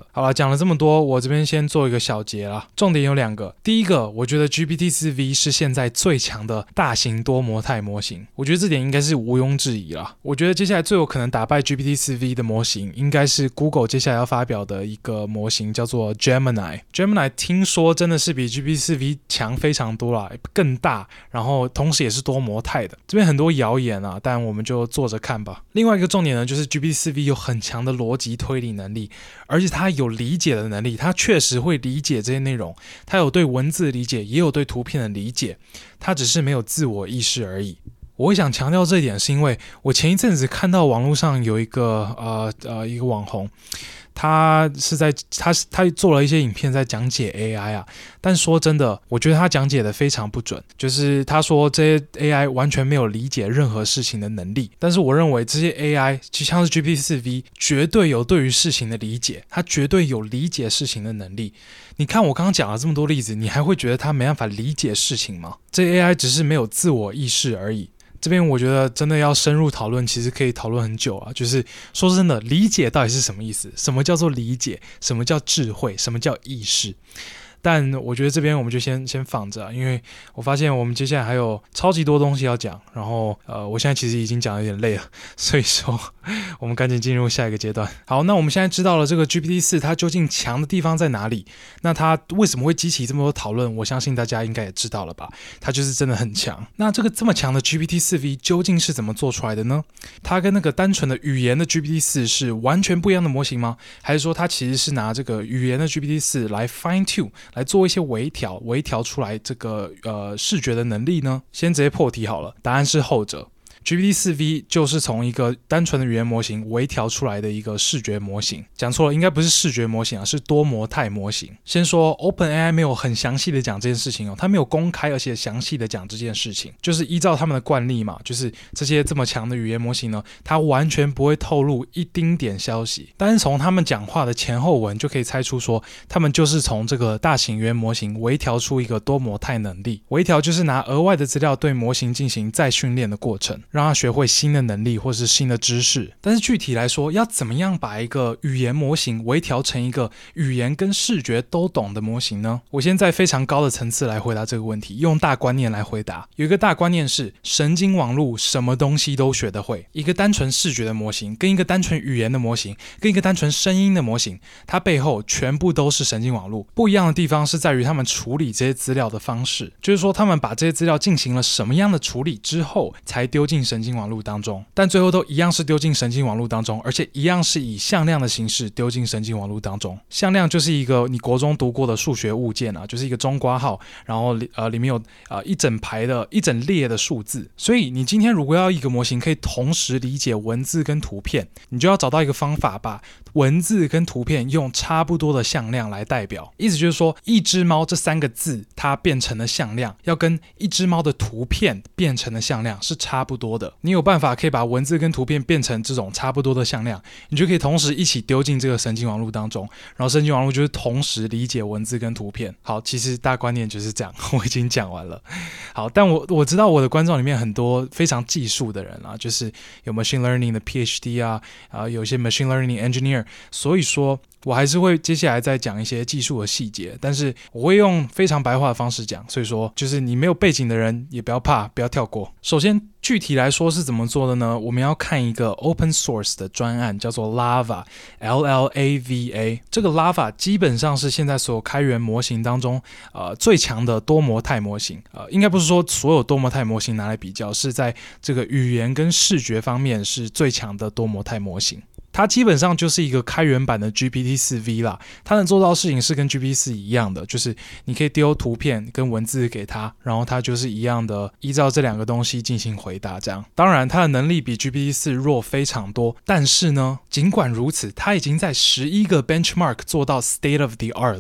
S1: 讲了这么多，我这边先做一个小结啦，重点有两个。第一个，我觉得 G P T 四 V 是现在最强的大型多模态模型，我觉得这点应该是毋庸置疑啦。我觉得接下来最有可能打败 G P T 四 V 的模型，应该是 Google 接下来要发表的一个模型，叫做 Gemini。Gemini 听说真的是比 G P T 四 V 强非常多啦，更大，然后同时也是多模态的。这边很多谣言啊，但我们就坐着看吧。另外一个重点呢，就是 G P T 四 V 有很强的逻辑推理能力，而且它有理解的能力，它确实会理解这些内容，它有对文字的理解，也有对图片的理解，它只是没有自我意识而已。我会想强调这一点，是因为我前一阵子看到网络上有一个呃呃一个网红，他是在他他做了一些影片在讲解 A I 啊，但说真的，我觉得他讲解的非常不准。就是他说这些 A I 完全没有理解任何事情的能力，但是我认为这些 A I 就像是 G P T 四 V 绝对有对于事情的理解，它绝对有理解事情的能力。你看我刚刚讲了这么多例子，你还会觉得它没办法理解事情吗？这 A I 只是没有自我意识而已。这边我觉得真的要深入讨论，其实可以讨论很久啊。就是说真的，理解到底是什么意思？什么叫做理解？什么叫智慧？什么叫意识？但我觉得这边我们就先先放着、啊，因为我发现我们接下来还有超级多东西要讲，然后呃，我现在其实已经讲得有点累了，所以说我们赶紧进入下一个阶段。好，那我们现在知道了这个 G P T 四 它究竟强的地方在哪里？那它为什么会激起这么多讨论？我相信大家应该也知道了吧？它就是真的很强。那这个这么强的 G P T 四 V 究竟是怎么做出来的呢？它跟那个单纯的语言的 G P T 四 是完全不一样的模型吗？还是说它其实是拿这个语言的 G P T 四 来 fine tune？来做一些微调，微调出来这个呃视觉的能力呢？先直接破题好了，答案是后者。G P T 四 V 就是从一个单纯的语言模型微调出来的一个视觉模型。讲错了，应该不是视觉模型啊，是多模态模型。先说 OpenAI 没有很详细的讲这件事情哦，它没有公开而且详细的讲这件事情，就是依照他们的惯例嘛，就是这些这么强的语言模型呢，它完全不会透露一丁点消息。但是从他们讲话的前后文就可以猜出说，他们就是从这个大型语言模型微调出一个多模态能力。微调就是拿额外的资料对模型进行再训练的过程，让他学会新的能力或是新的知识。但是具体来说，要怎么样把一个语言模型微调成一个语言跟视觉都懂的模型呢？我先在非常高的层次来回答这个问题，用大观念来回答。有一个大观念是，神经网络什么东西都学得会。一个单纯视觉的模型跟一个单纯语言的模型跟一个单纯声音的模型，它背后全部都是神经网络。不一样的地方是在于他们处理这些资料的方式，就是说他们把这些资料进行了什么样的处理之后才丢进神经网络当中，但最后都一样是丢进神经网络当中，而且一样是以向量的形式丢进神经网络当中。向量就是一个你国中读过的数学物件啊，就是一个中括号，然后呃里面有呃一整排的一整列的数字。所以你今天如果要一个模型可以同时理解文字跟图片，你就要找到一个方法，把文字跟图片用差不多的向量来代表。意思就是说，一只猫这三个字它变成了向量，要跟一只猫的图片变成的向量是差不多的。你有办法可以把文字跟图片变成这种差不多的向量，你就可以同时一起丢进这个神经网络当中，然后神经网络就是同时理解文字跟图片。好，其实大观念就是这样，我已经讲完了。好，但我我知道我的观众里面很多非常技术的人啊，就是有 machine learning 的 P H D 啊，啊有些 machine learning engineer， 所以说我还是会接下来再讲一些技术的细节，但是我会用非常白话的方式讲，所以说就是你没有背景的人也不要怕，不要跳过。首先具体来说是怎么做的呢？我们要看一个 open source 的专案，叫做 Lava L L A V A。 这个 Lava 基本上是现在所有开源模型当中呃最强的多模态模型。呃，应该不是说所有多模态模型拿来比较，是在这个语言跟视觉方面是最强的多模态模型。它基本上就是一个开源版的 G P T 四 V 啦，它能做到的事情是跟 G P T 四 一样的，就是你可以丢图片跟文字给它，然后它就是一样的依照这两个东西进行回答这样。当然它的能力比 G P T 四 弱非常多，但是呢，尽管如此，它已经在十一个 benchmark 做到 state of the art 了。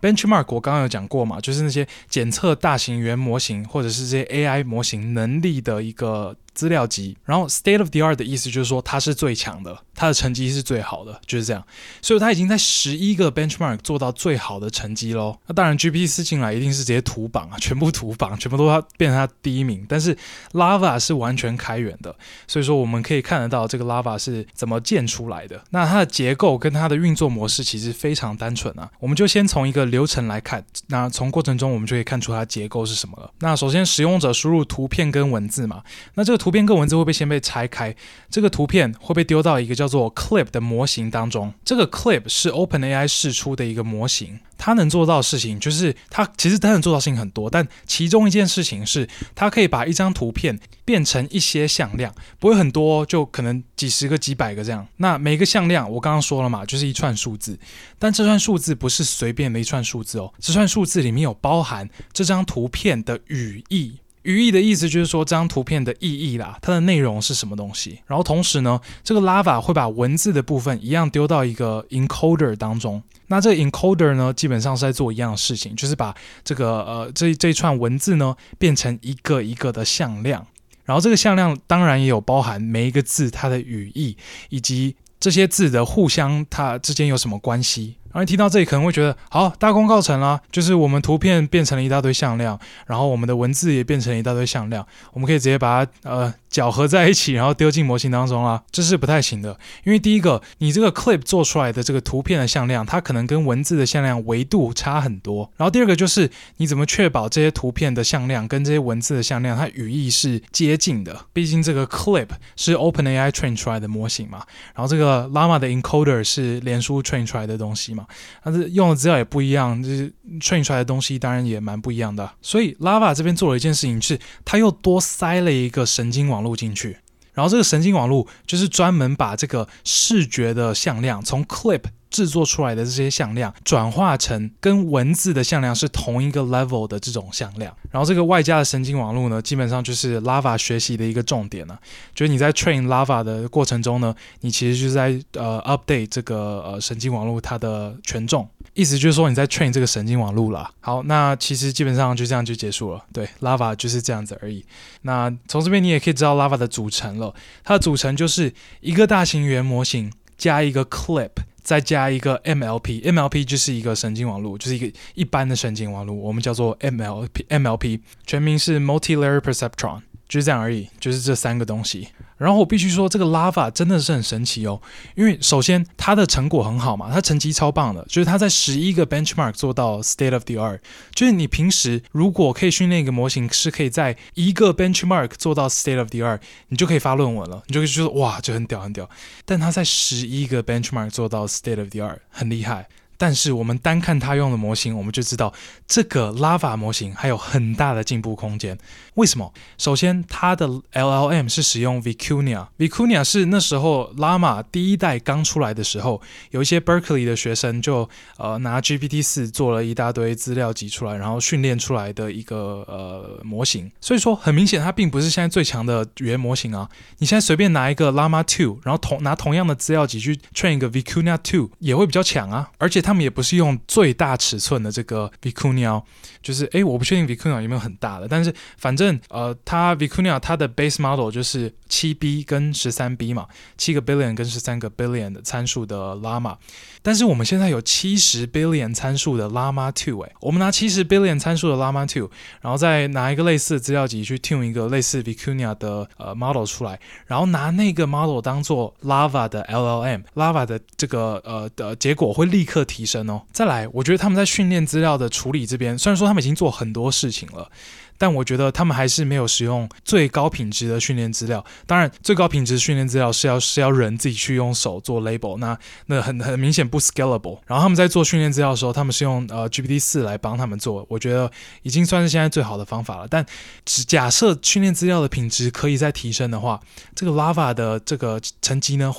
S1: benchmark 我刚刚有讲过嘛，就是那些检测大型语言模型或者是这些 A I 模型能力的一个资料集，然后 state of the art 的意思就是说它是最强的，它的成绩是最好的，就是这样。所以它已经在十一个 benchmark 做到最好的成绩咯。那当然 G P T 四 进来一定是直接图榜啊，全部图榜，全部都要变成它第一名。但是 Lava 是完全开源的，所以说我们可以看得到这个 Lava 是怎么建出来的。那它的结构跟它的运作模式其实非常单纯啊。我们就先从一个流程来看，那从过程中我们就可以看出它结构是什么了。那首先使用者输入图片跟文字嘛，那这个图片跟文字会被先被拆开，这个图片会被丢到一个叫做 Clip 的模型当中。这个 Clip 是 OpenAI 释出的一个模型，它能做到的事情就是它其实它能做到的事情很多，但其中一件事情是它可以把一张图片变成一些向量，不会很多，就可能几十个几百个这样。那每个向量我刚刚说了嘛，就是一串数字，但这串数字不是随便的一串数字哦，这串数字里面有包含这张图片的语义。语义的意思就是说这张图片的意义啦，它的内容是什么东西。然后同时呢，这个 Lava 会把文字的部分一样丢到一个 encoder 当中。那这个 encoder 呢，基本上是在做一样的事情，就是把这个呃这这一串文字呢变成一个一个的向量。然后这个向量当然也有包含每一个字它的语义，以及这些字的互相它之间有什么关系。然后你听到这里可能会觉得好，大功告成啦，就是我们图片变成了一大堆向量，然后我们的文字也变成了一大堆向量，我们可以直接把它呃搅合在一起，然后丢进模型当中啦。这是不太行的，因为第一个，你这个 clip 做出来的这个图片的向量，它可能跟文字的向量维度差很多。然后第二个就是你怎么确保这些图片的向量跟这些文字的向量它语义是接近的，毕竟这个 clip 是 OpenAI train 出来的模型嘛，然后这个 Llama 的 encoder 是脸书 train 出来的东西嘛，它用的资料也不一样，就是 train 出来的东西当然也蛮不一样的。所以 Lava 这边做了一件事情，是它又多塞了一个神经网络进去，然后这个神经网络就是专门把这个视觉的向量从 clip 制作出来的这些向量转化成跟文字的向量是同一个 level 的这种向量。然后这个外加的神经网络呢，基本上就是 Lava 学习的一个重点啊，就是你在 train Lava 的过程中呢，你其实就是在呃 update 这个呃神经网络它的权重，意思就是说你在 train 这个神经网络啦。好，那其实基本上就这样就结束了，对 Lava 就是这样子而已。那从这边你也可以知道 Lava 的组成了，它的组成就是一个大型语言模型加一个 clip再加一个 M L P， M L P 就是一个神经网络，就是一个一般的神经网络，我们叫做 M L P， M L P 全名是 Multi-Layer Perceptron， 就是这样而已，就是这三个东西。然后我必须说这个 Lava 真的是很神奇哦，因为首先它的成果很好嘛，它成绩超棒的，就是它在十一个 benchmark 做到 state of the art， 就是你平时如果可以训练一个模型是可以在一个 benchmark 做到 state of the art， 你就可以发论文了，你就可以觉得哇这很屌很屌，但它在十一个 benchmark 做到 state of the art 很厉害。但是我们单看它用的模型，我们就知道这个 Lava 模型还有很大的进步空间。为什么？首先它的 L L M 是使用 Vicuña， Vicuña 是那时候 Llama 第一代刚出来的时候，有一些 Berkeley 的学生就呃拿 G P T 四 做了一大堆资料集出来，然后训练出来的一个呃模型。所以说很明显它并不是现在最强的语言模型啊，你现在随便拿一个 Llama 二， 然后同拿同样的资料集去 train 一个 Vicuña 二也会比较强啊，而且它他们也不是用最大尺寸的这个 Vicuña， 就是诶我不确定 Vicuña 有没有很大的，但是反正呃它 Vicuña 它的 base model 就是七 B 跟十三 B 嘛，七个 billion 跟十三个 billion 的参数的 Llama， 但是我们现在有七十 billion 参数的 Llama 二， 诶我们拿七十 billion 参数的 Llama 二， 然后再拿一个类似的资料集去 tune 一个类似 Vicuña 的呃 model 出来，然后拿那个 model 当做 Lava 的 L L M， Lava 的这个呃的结果会立刻提升哦。再来，我觉得他们在训练资料的处理这边，虽然说他们已经做很多事情了，但我觉得他们还是没有使用最高品质的训练资料。当然，最高品质训练资料是要是要人自己去用手做 label， 那那很很明显不 scalable。然后他们在做训练资料的时候，他们是用呃 G P T 四 来帮他们做，我觉得已经算是现在最好的方法了。但只假设训练资料的品质可以再提升的话，这个 Lava 的这个成绩呢会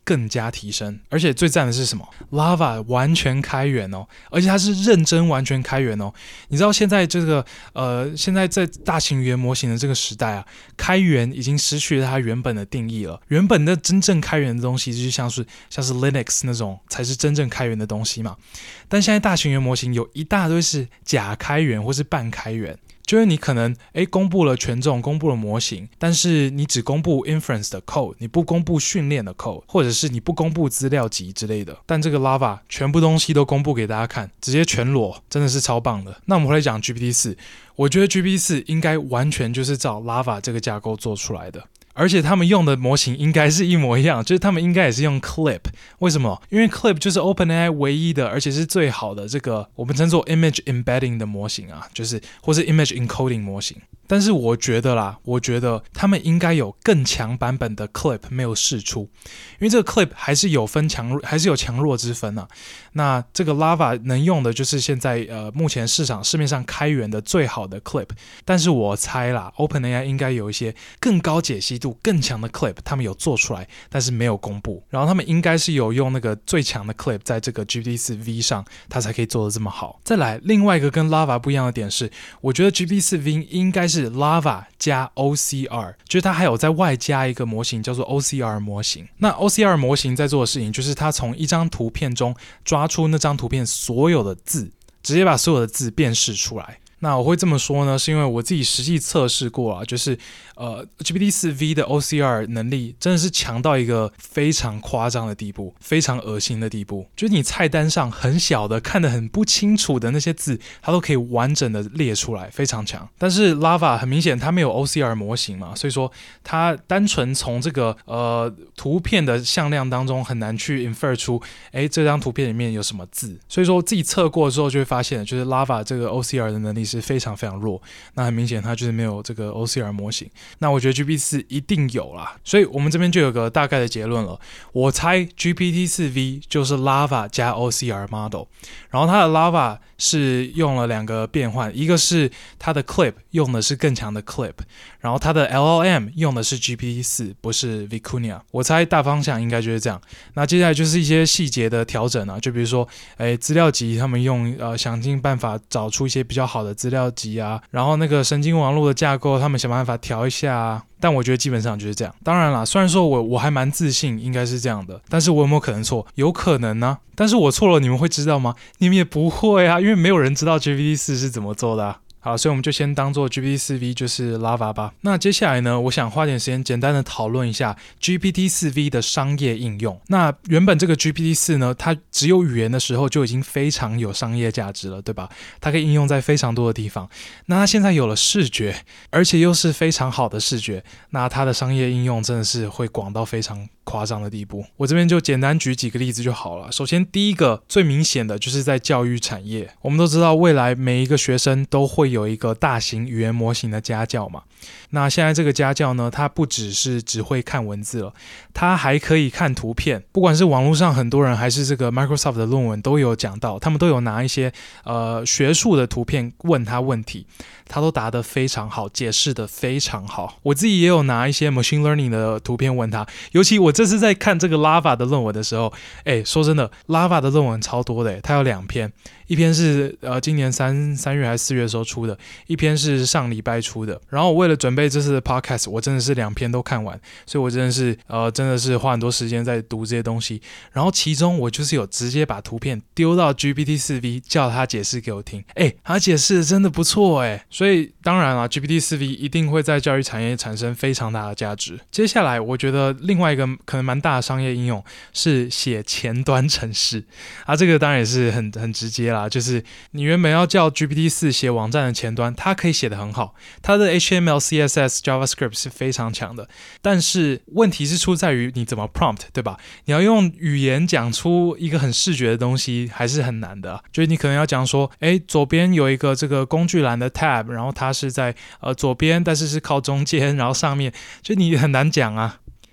S1: 更加提升。而且最赞的是什么？ Lava 完全开源哦，而且它是认真完全开源哦。你知道现在这个呃，现在在大型语言模型的这个时代啊，开源已经失去了它原本的定义了。原本的真正开源的东西就是像是像是 Linux 那种才是真正开源的东西嘛。但现在大型语言模型有一大堆是假开源或是半开源。就是你可能诶公布了权重，公布了模型，但是你只公布 inference 的 code， 你不公布训练的 code， 或者是你不公布资料集之类的。但这个 Lava 全部东西都公布给大家看，直接全裸，真的是超棒的。那我们回来讲 G P T 四， 我觉得 G P T 四 应该完全就是照 Lava 这个架构做出来的。而且他们用的模型应该是一模一样，就是他们应该也是用 Clip。 为什么？因为 Clip 就是 OpenAI 唯一的而且是最好的这个我们称作 Image Embedding 的模型啊，就是或是 Image Encoding 模型。但是我觉得啦，我觉得他们应该有更强版本的 Clip 没有释出，因为这个 Clip 还是有分强弱，还是有强弱之分啊。那这个 Lava 能用的就是现在呃目前市场市面上开源的最好的 Clip， 但是我猜啦 ，OpenAI 应该有一些更高解析度、更强的 Clip， 他们有做出来，但是没有公布。然后他们应该是有用那个最强的 Clip 在这个 G P T 四 V 上，它才可以做得这么好。再来，另外一个跟 Lava 不一样的点是，我觉得 G P T 四 V 应该是 Lava 加 O C R， 就是它还有在外加一个模型叫做 O C R 模型。那 O C R 模型在做的事情就是它从一张图片中抓出那张图片所有的字，直接把所有的字辨识出来。那我会这么说呢，是因为我自己实际测试过啊，就是呃 G P T 四 V 的 O C R 能力真的是强到一个非常夸张的地步，非常恶心的地步。就是你菜单上很小的看得很不清楚的那些字，它都可以完整的列出来，非常强。但是 Lava 很明显它没有 O C R 模型嘛，所以说它单纯从这个呃图片的向量当中很难去 infer 出诶这张图片里面有什么字。所以说自己测过之后就会发现，就是 Lava 这个 O C R 的能力是非常非常弱，那很明显它就是没有这个 O C R 模型。那我觉得 G P T 四 一定有啦，所以我们这边就有个大概的结论了。我猜 G P T 四 V 就是 Lava 加 O C R model， 然后它的 Lava 是用了两个变换，一个是它的 Clip 用的是更强的 Clip， 然后它的 L L M 用的是 G P T 四， 不是 Vicuña。 我猜大方向应该就是这样。那接下来就是一些细节的调整啊，就比如说诶资料集他们用呃想尽办法找出一些比较好的资料集啊，然后那个神经网络的架构他们想办法调一下啊。但我觉得基本上就是这样。当然啦，虽然说我我还蛮自信应该是这样的，但是我有没有可能错？有可能啊。但是我错了你们会知道吗？你们也不会啊，因为没有人知道 G P T 四 是怎么做的啊。好，所以我们就先当做 G P T 四 V 就是 Lava 吧。那接下来呢，我想花点时间简单的讨论一下 G P T 四 V 的商业应用。那原本这个 G P T 四 呢，它只有语言的时候就已经非常有商业价值了，对吧？它可以应用在非常多的地方。那它现在有了视觉，而且又是非常好的视觉，那它的商业应用真的是会广到非常夸张的地步。我这边就简单举几个例子就好了。首先第一个最明显的就是在教育产业。我们都知道未来每一个学生都会有一个大型语言模型的家教嘛。那现在这个家教呢，它不只是只会看文字了，它还可以看图片。不管是网络上很多人还是这个 Microsoft 的论文都有讲到，他们都有拿一些呃学术的图片问他问题，他都答得非常好，解释得非常好。我自己也有拿一些 machine learning 的图片问他，尤其我这次在看这个 Lava 的论文的时候，诶说真的 Lava 的论文超多的，他有两篇，一篇是呃今年三三月还是四月的时候出的，一篇是上礼拜出的。然后我为了准备这次的 podcast， 我真的是两篇都看完，所以我真的是呃真的是花很多时间在读这些东西。然后其中我就是有直接把图片丢到 G P T 四 V 叫他解释给我听，诶他解释的真的不错诶。所以当然啦 G P T 四 V 一定会在教育产业产生非常大的价值。接下来我觉得另外一个可能蛮大的商业应用是写前端程式啊，这个当然也是很很直接啦，就是你原本要叫 G P T 四 写网站的前端，它可以写得很好，它的 H T M L、C S S、JavaScript 是非常强的，但是问题是出在于你怎么 prompt， 对吧？你要用语言讲出一个很视觉的东西还是很难的啊，就是你可能要讲说，诶左边有一个这个工具栏的 tab， 然后它是在呃左边，但是是靠中间，然后上面，就你很难讲啊。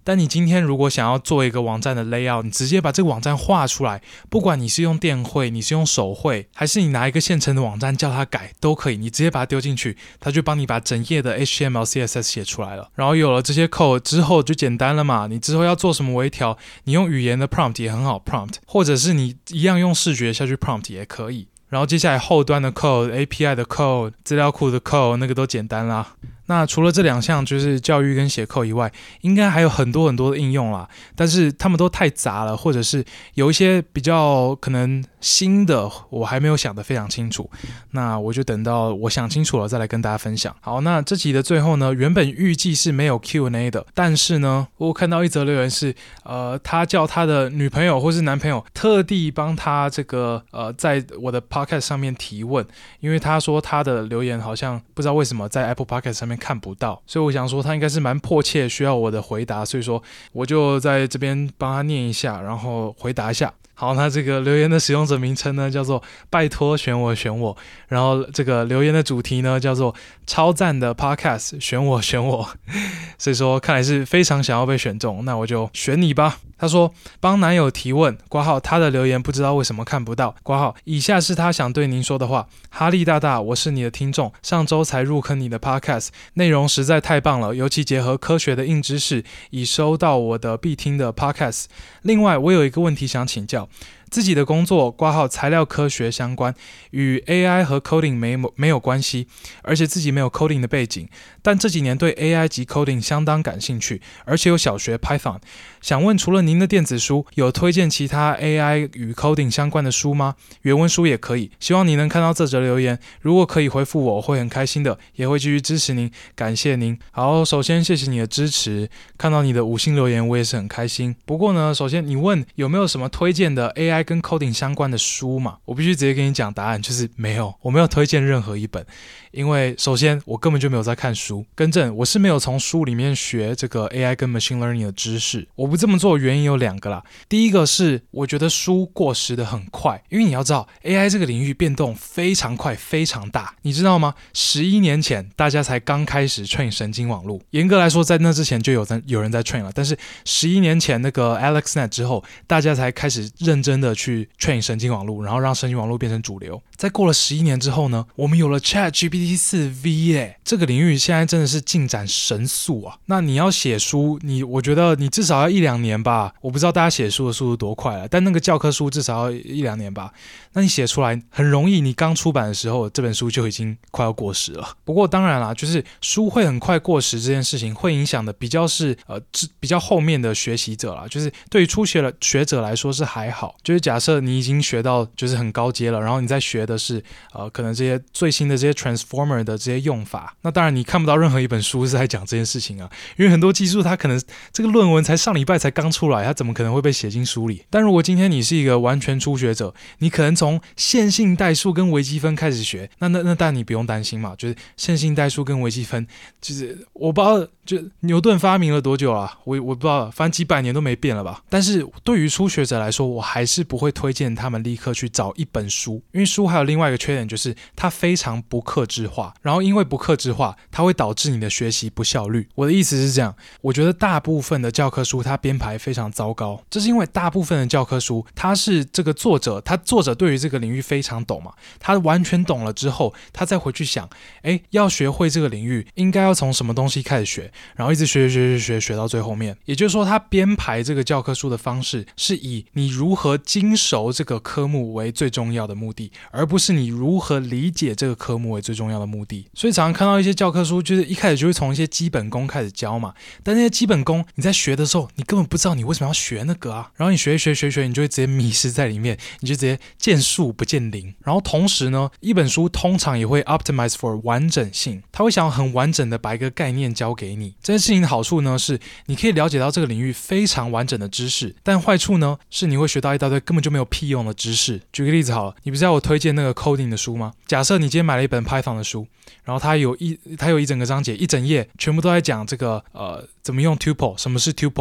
S1: 但你今天如果想要做一个网站的 layout， 你直接把这个网站画出来，不管你是用电绘，你是用手绘，还是你拿一个现成的网站叫它改都可以，你直接把它丢进去，它就帮你把整页的 H T M L C S S 写出来了。然后有了这些 code 之后就简单了嘛，你之后要做什么微调，你用语言的 prompt 也很好 prompt， 或者是你一样用视觉下去 prompt 也可以。然后接下来后端的 code、A P I 的 code、资料库的 code 那个都简单啦。那除了这两项就是教育跟写 code 以外，应该还有很多很多的应用啦，但是他们都太杂了，或者是有一些比较可能新的我还没有想得非常清楚，那我就等到我想清楚了再来跟大家分享。好，那这集的最后呢，原本预计是没有 Q and A 的，但是呢我看到一则留言是呃，他叫他的女朋友或是男朋友特地帮他这个呃，在我的 podcast 上面提问，因为他说他的留言好像不知道为什么在 Apple Podcast 上面看不到，所以我想说他应该是蛮迫切需要我的回答，所以说我就在这边帮他念一下，然后回答一下。好，那这个留言的使用者名称呢叫做拜托选我选我，然后这个留言的主题呢叫做超赞的 podcast 选我选我，所以说看来是非常想要被选中，那我就选你吧。他说帮男友提问，括号他的留言不知道为什么看不到，括号以下是他想对您说的话。哈利大大，我是你的听众，上周才入坑你的 podcast， 内容实在太棒了，尤其结合科学的硬知识，已收到我的必听的 podcast。 另外我有一个问题想请教，自己的工作括号材料科学相关，与 A I 和 coding 没, 没有关系，而且自己没有 coding 的背景，但这几年对 A I 及 coding 相当感兴趣，而且有小学 Python。 想问除了您的电子书，有推荐其他 A I 与 coding 相关的书吗？原文书也可以，希望你能看到这则留言，如果可以回复我，我会很开心的，也会继续支持您，感谢您。好，首先谢谢你的支持，看到你的五星留言我也是很开心。不过呢，首先你问有没有什么推荐的 A I 跟 coding 相关的书嘛，我必须直接跟你讲答案，就是没有，我没有推荐任何一本，因为首先我根本就没有在看书，更正，我是没有从书里面学这个 A I 跟 machine learning 的知识。我不这么做的原因有两个啦，第一个是我觉得书过时的很快，因为你要知道 A I 这个领域变动非常快非常大，你知道吗？十一年前大家才刚开始 train 神经网络，严格来说在那之前就有在有人在 train 了，但是十一年前那个 AlexNet 之后，大家才开始认真的去 train 神经网络，然后让神经网络变成主流。再过了十一年之后呢，我们有了 ChatGPT 四 V 耶，这个领域现在真的是进展神速啊。那你要写书，你我觉得你至少要一两年吧，我不知道大家写书的速度多快了，但那个教科书至少要一两年吧。那你写出来很容易，你刚出版的时候这本书就已经快要过时了。不过当然啦，就是书会很快过时这件事情会影响的比较是呃比较后面的学习者啦，就是对于初学的学者来说是还好，就是假设你已经学到就是很高阶了，然后你在学的是呃可能这些最新的这些 transformer 的这些用法，那当然你看不到任何一本书是在讲这件事情啊，因为很多技术它可能这个论文才上礼拜才刚出来，它怎么可能会被写进书里？但如果今天你是一个完全初学者，你可能从线性代数跟微积分开始学，那那那但你不用担心嘛，就是线性代数跟微积分，就是我不知道就牛顿发明了多久啊，我我不知道，反正几百年都没变了吧。但是对于初学者来说，我还是不会推荐他们立刻去找一本书，因为书还有另外一个缺点，就是它非常不客制化，然后因为不客制化，它会导致你的学习不效率。我的意思是这样，我觉得大部分的教科书它编排非常糟糕，这是因为大部分的教科书它是这个作者，他作者对于这个领域非常懂嘛，他完全懂了之后，他再回去想，诶，要学会这个领域应该要从什么东西开始学，然后一直学学学学学到最后面。也就是说他编排这个教科书的方式是以你如何精熟这个科目为最重要的目的，而不是你如何理解这个科目为最重要的目的。所以常常看到一些教科书就是一开始就会从一些基本功开始教嘛，但那些基本功你在学的时候你根本不知道你为什么要学那个啊，然后你学一学学学你就会直接迷失在里面，你就直接见树不见林。然后同时呢，一本书通常也会 optimize for 完整性，它会想要很完整的把一个概念教给你。这件事情的好处呢是你可以了解到这个领域非常完整的知识，但坏处呢是你会学到一大堆根本就没有屁用的知识。举个例子好了，你不是要我推荐那个 coding 的书吗？假设你今天买了一本 Python 的书，然后它有一它有一整个章节一整页全部都在讲这个呃怎么用 tuple， 什么是 tuple，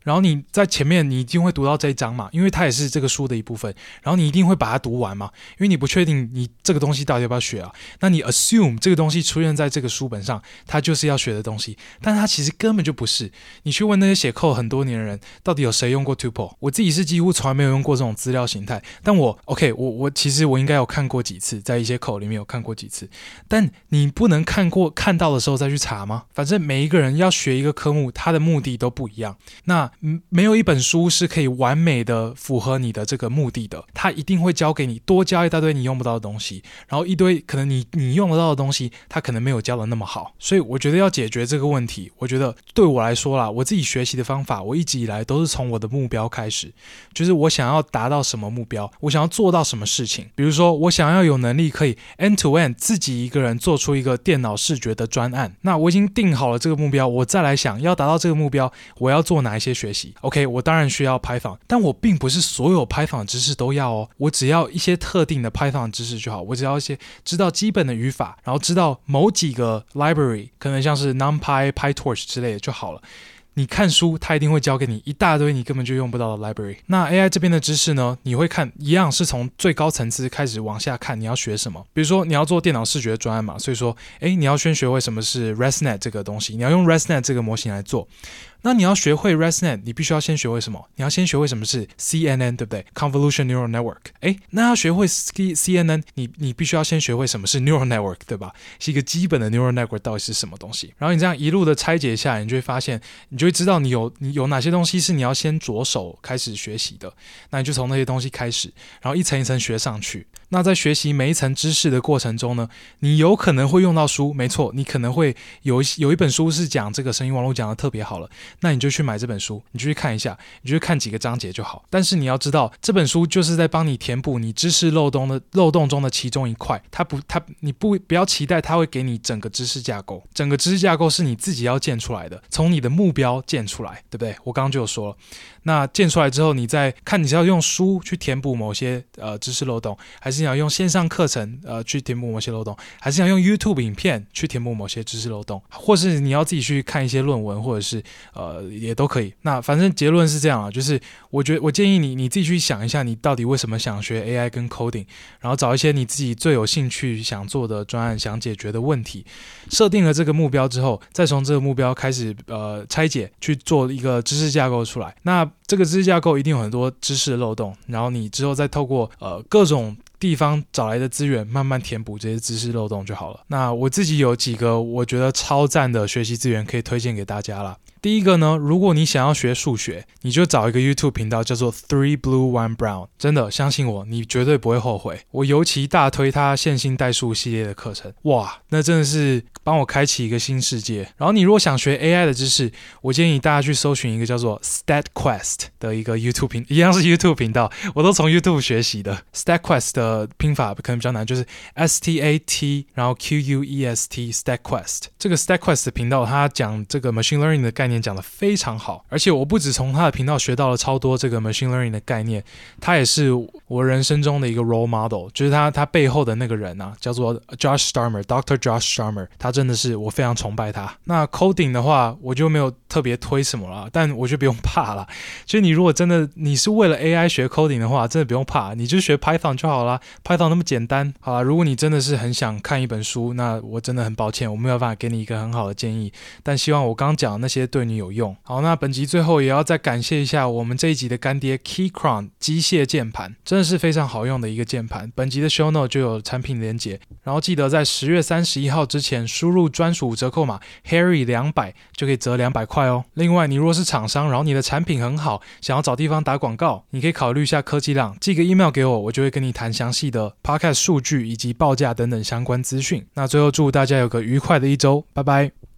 S1: 然后你在前面你一定会读到这一章嘛，因为它也是这个书的一部分，然后你一定会把它读完嘛，因为你不确定你这个东西到底要不要学啊，那你 assume 这个东西出现在这个书本上，它就是要学的东西，但它其实根本就不是。你去问那些写 code 很多年的人，到底有谁用过 tuple？ 我自己是几乎从来没有用过这种资料形态，但我 OK， 我我其实我应该有看过几次，在一些 code 里面有看过几次，但你不能看过看到的时候再去查吗？反正每一个人要学一个科目，他的目的都不一样。那没有一本书是可以完美的符合你的这个目的的，他一定会教给你多教一大堆你用不到的东西，然后一堆可能你你用得到的东西，他可能没有教的那么好。所以我觉得要解决这个问题，我觉得对我来说啦，我自己学习的方法，我一直以来都是从我的目标开始，就是我想要达到什么目标，我想要做到什么事情。比如说我想要有能力可以 end to end 自己一个人做出一个电脑视觉的专案，那我已经定好了这个目标，我再来想要达到这个目标我要做哪一些学习。 OK， 我当然需要 Python， 但我并不是所有 Python 知识都要哦，我只要一些特定的 Python 知识就好，我只要一些知道基本的语法，然后知道某几个 library 可能像是 NumPy、PyTorch 之类的就好了。你看书它一定会教给你一大堆你根本就用不到的 library。 那 A I 这边的知识呢，你会看一样是从最高层次开始往下看你要学什么。比如说你要做电脑视觉专案嘛，所以说诶你要先学会什么是 ResNet 这个东西，你要用 ResNet 这个模型来做。那你要学会 ResNet， 你必须要先学会什么？你要先学会什么是 C N N， 对不对？ Convolution Neural Network。 诶，那要学会 C N N， 你, 你必须要先学会什么是 Neural Network， 对吧？是一个基本的 Neural Network 到底是什么东西。然后你这样一路的拆解下来，你就会发现，你就会知道你有你有哪些东西是你要先着手开始学习的，那你就从那些东西开始，然后一层一层学上去。那在学习每一层知识的过程中呢，你有可能会用到书，没错，你可能会有有一本书是讲这个声音网络讲的特别好了，那你就去买这本书，你就去看一下，你就去看几个章节就好。但是你要知道，这本书就是在帮你填补你知识漏洞的漏洞中的其中一块，它不，它你不不要期待它会给你整个知识架构，整个知识架构是你自己要建出来的，从你的目标建出来，对不对？我刚刚就有说了，那建出来之后，你再看你是要用书去填补某些呃知识漏洞，还是你要用线上课程呃去填补某些漏洞，还是你要用 YouTube 影片去填补某些知识漏洞，或是你要自己去看一些论文，或者是呃也都可以。那反正结论是这样啊，就是我觉得我建议你你自己去想一下，你到底为什么想学 A I 跟 coding， 然后找一些你自己最有兴趣想做的专案，想解决的问题，设定了这个目标之后，再从这个目标开始呃拆解，去做一个知识架构出来。那这个知识架构一定有很多知识的漏洞，然后你之后再透过呃各种地方找来的资源慢慢填补这些知识漏洞就好了。那我自己有几个我觉得超赞的学习资源可以推荐给大家啦。第一个呢，如果你想要学数学，你就找一个 YouTube 频道叫做 Three Blue One Brown， 真的相信我，你绝对不会后悔。我尤其大推他线性代数系列的课程，哇，那真的是帮我开启一个新世界。然后你如果想学 A I 的知识，我建议大家去搜寻一个叫做 StatQuest 的一个 YouTube 频，一样是 YouTube 频道，我都从 YouTube 学习的。StatQuest 的拼法可能比较难，就是 S T A T 然后 Q U E S T StatQuest。这个 StatQuest 的频道，他讲这个 machine learning 的概念讲得非常好，而且我不只从他的频道学到了超多这个 machine learning 的概念，他也是我人生中的一个 role model， 就是他他背后的那个人啊，叫做 Josh Starmer Doctor Josh Starmer， 他真的是我非常崇拜他。那 coding 的话我就没有特别推什么啦，但我就不用怕啦，所以你如果真的你是为了 A I 学 coding 的话，真的不用怕，你就学 Python 就好啦， Python 那么简单。好啦，如果你真的是很想看一本书，那我真的很抱歉，我没有办法给你一个很好的建议，但希望我刚讲的那些对你有用。好，那本集最后也要再感谢一下我们这一集的干爹 Keychron 机械键盘，真的是非常好用的一个键盘。本集的 show note 就有产品连结，然后记得在十月三十一号之前输入专属折扣码 Harry 两百 就可以折两百块哦。另外，你如果是厂商，然后你的产品很好，想要找地方打广告，你可以考虑一下科技浪，寄个 email 给我，我就会跟你谈详细的 podcast 数据以及报价等等相关资讯。那最后祝大家有个愉快的一周，拜拜。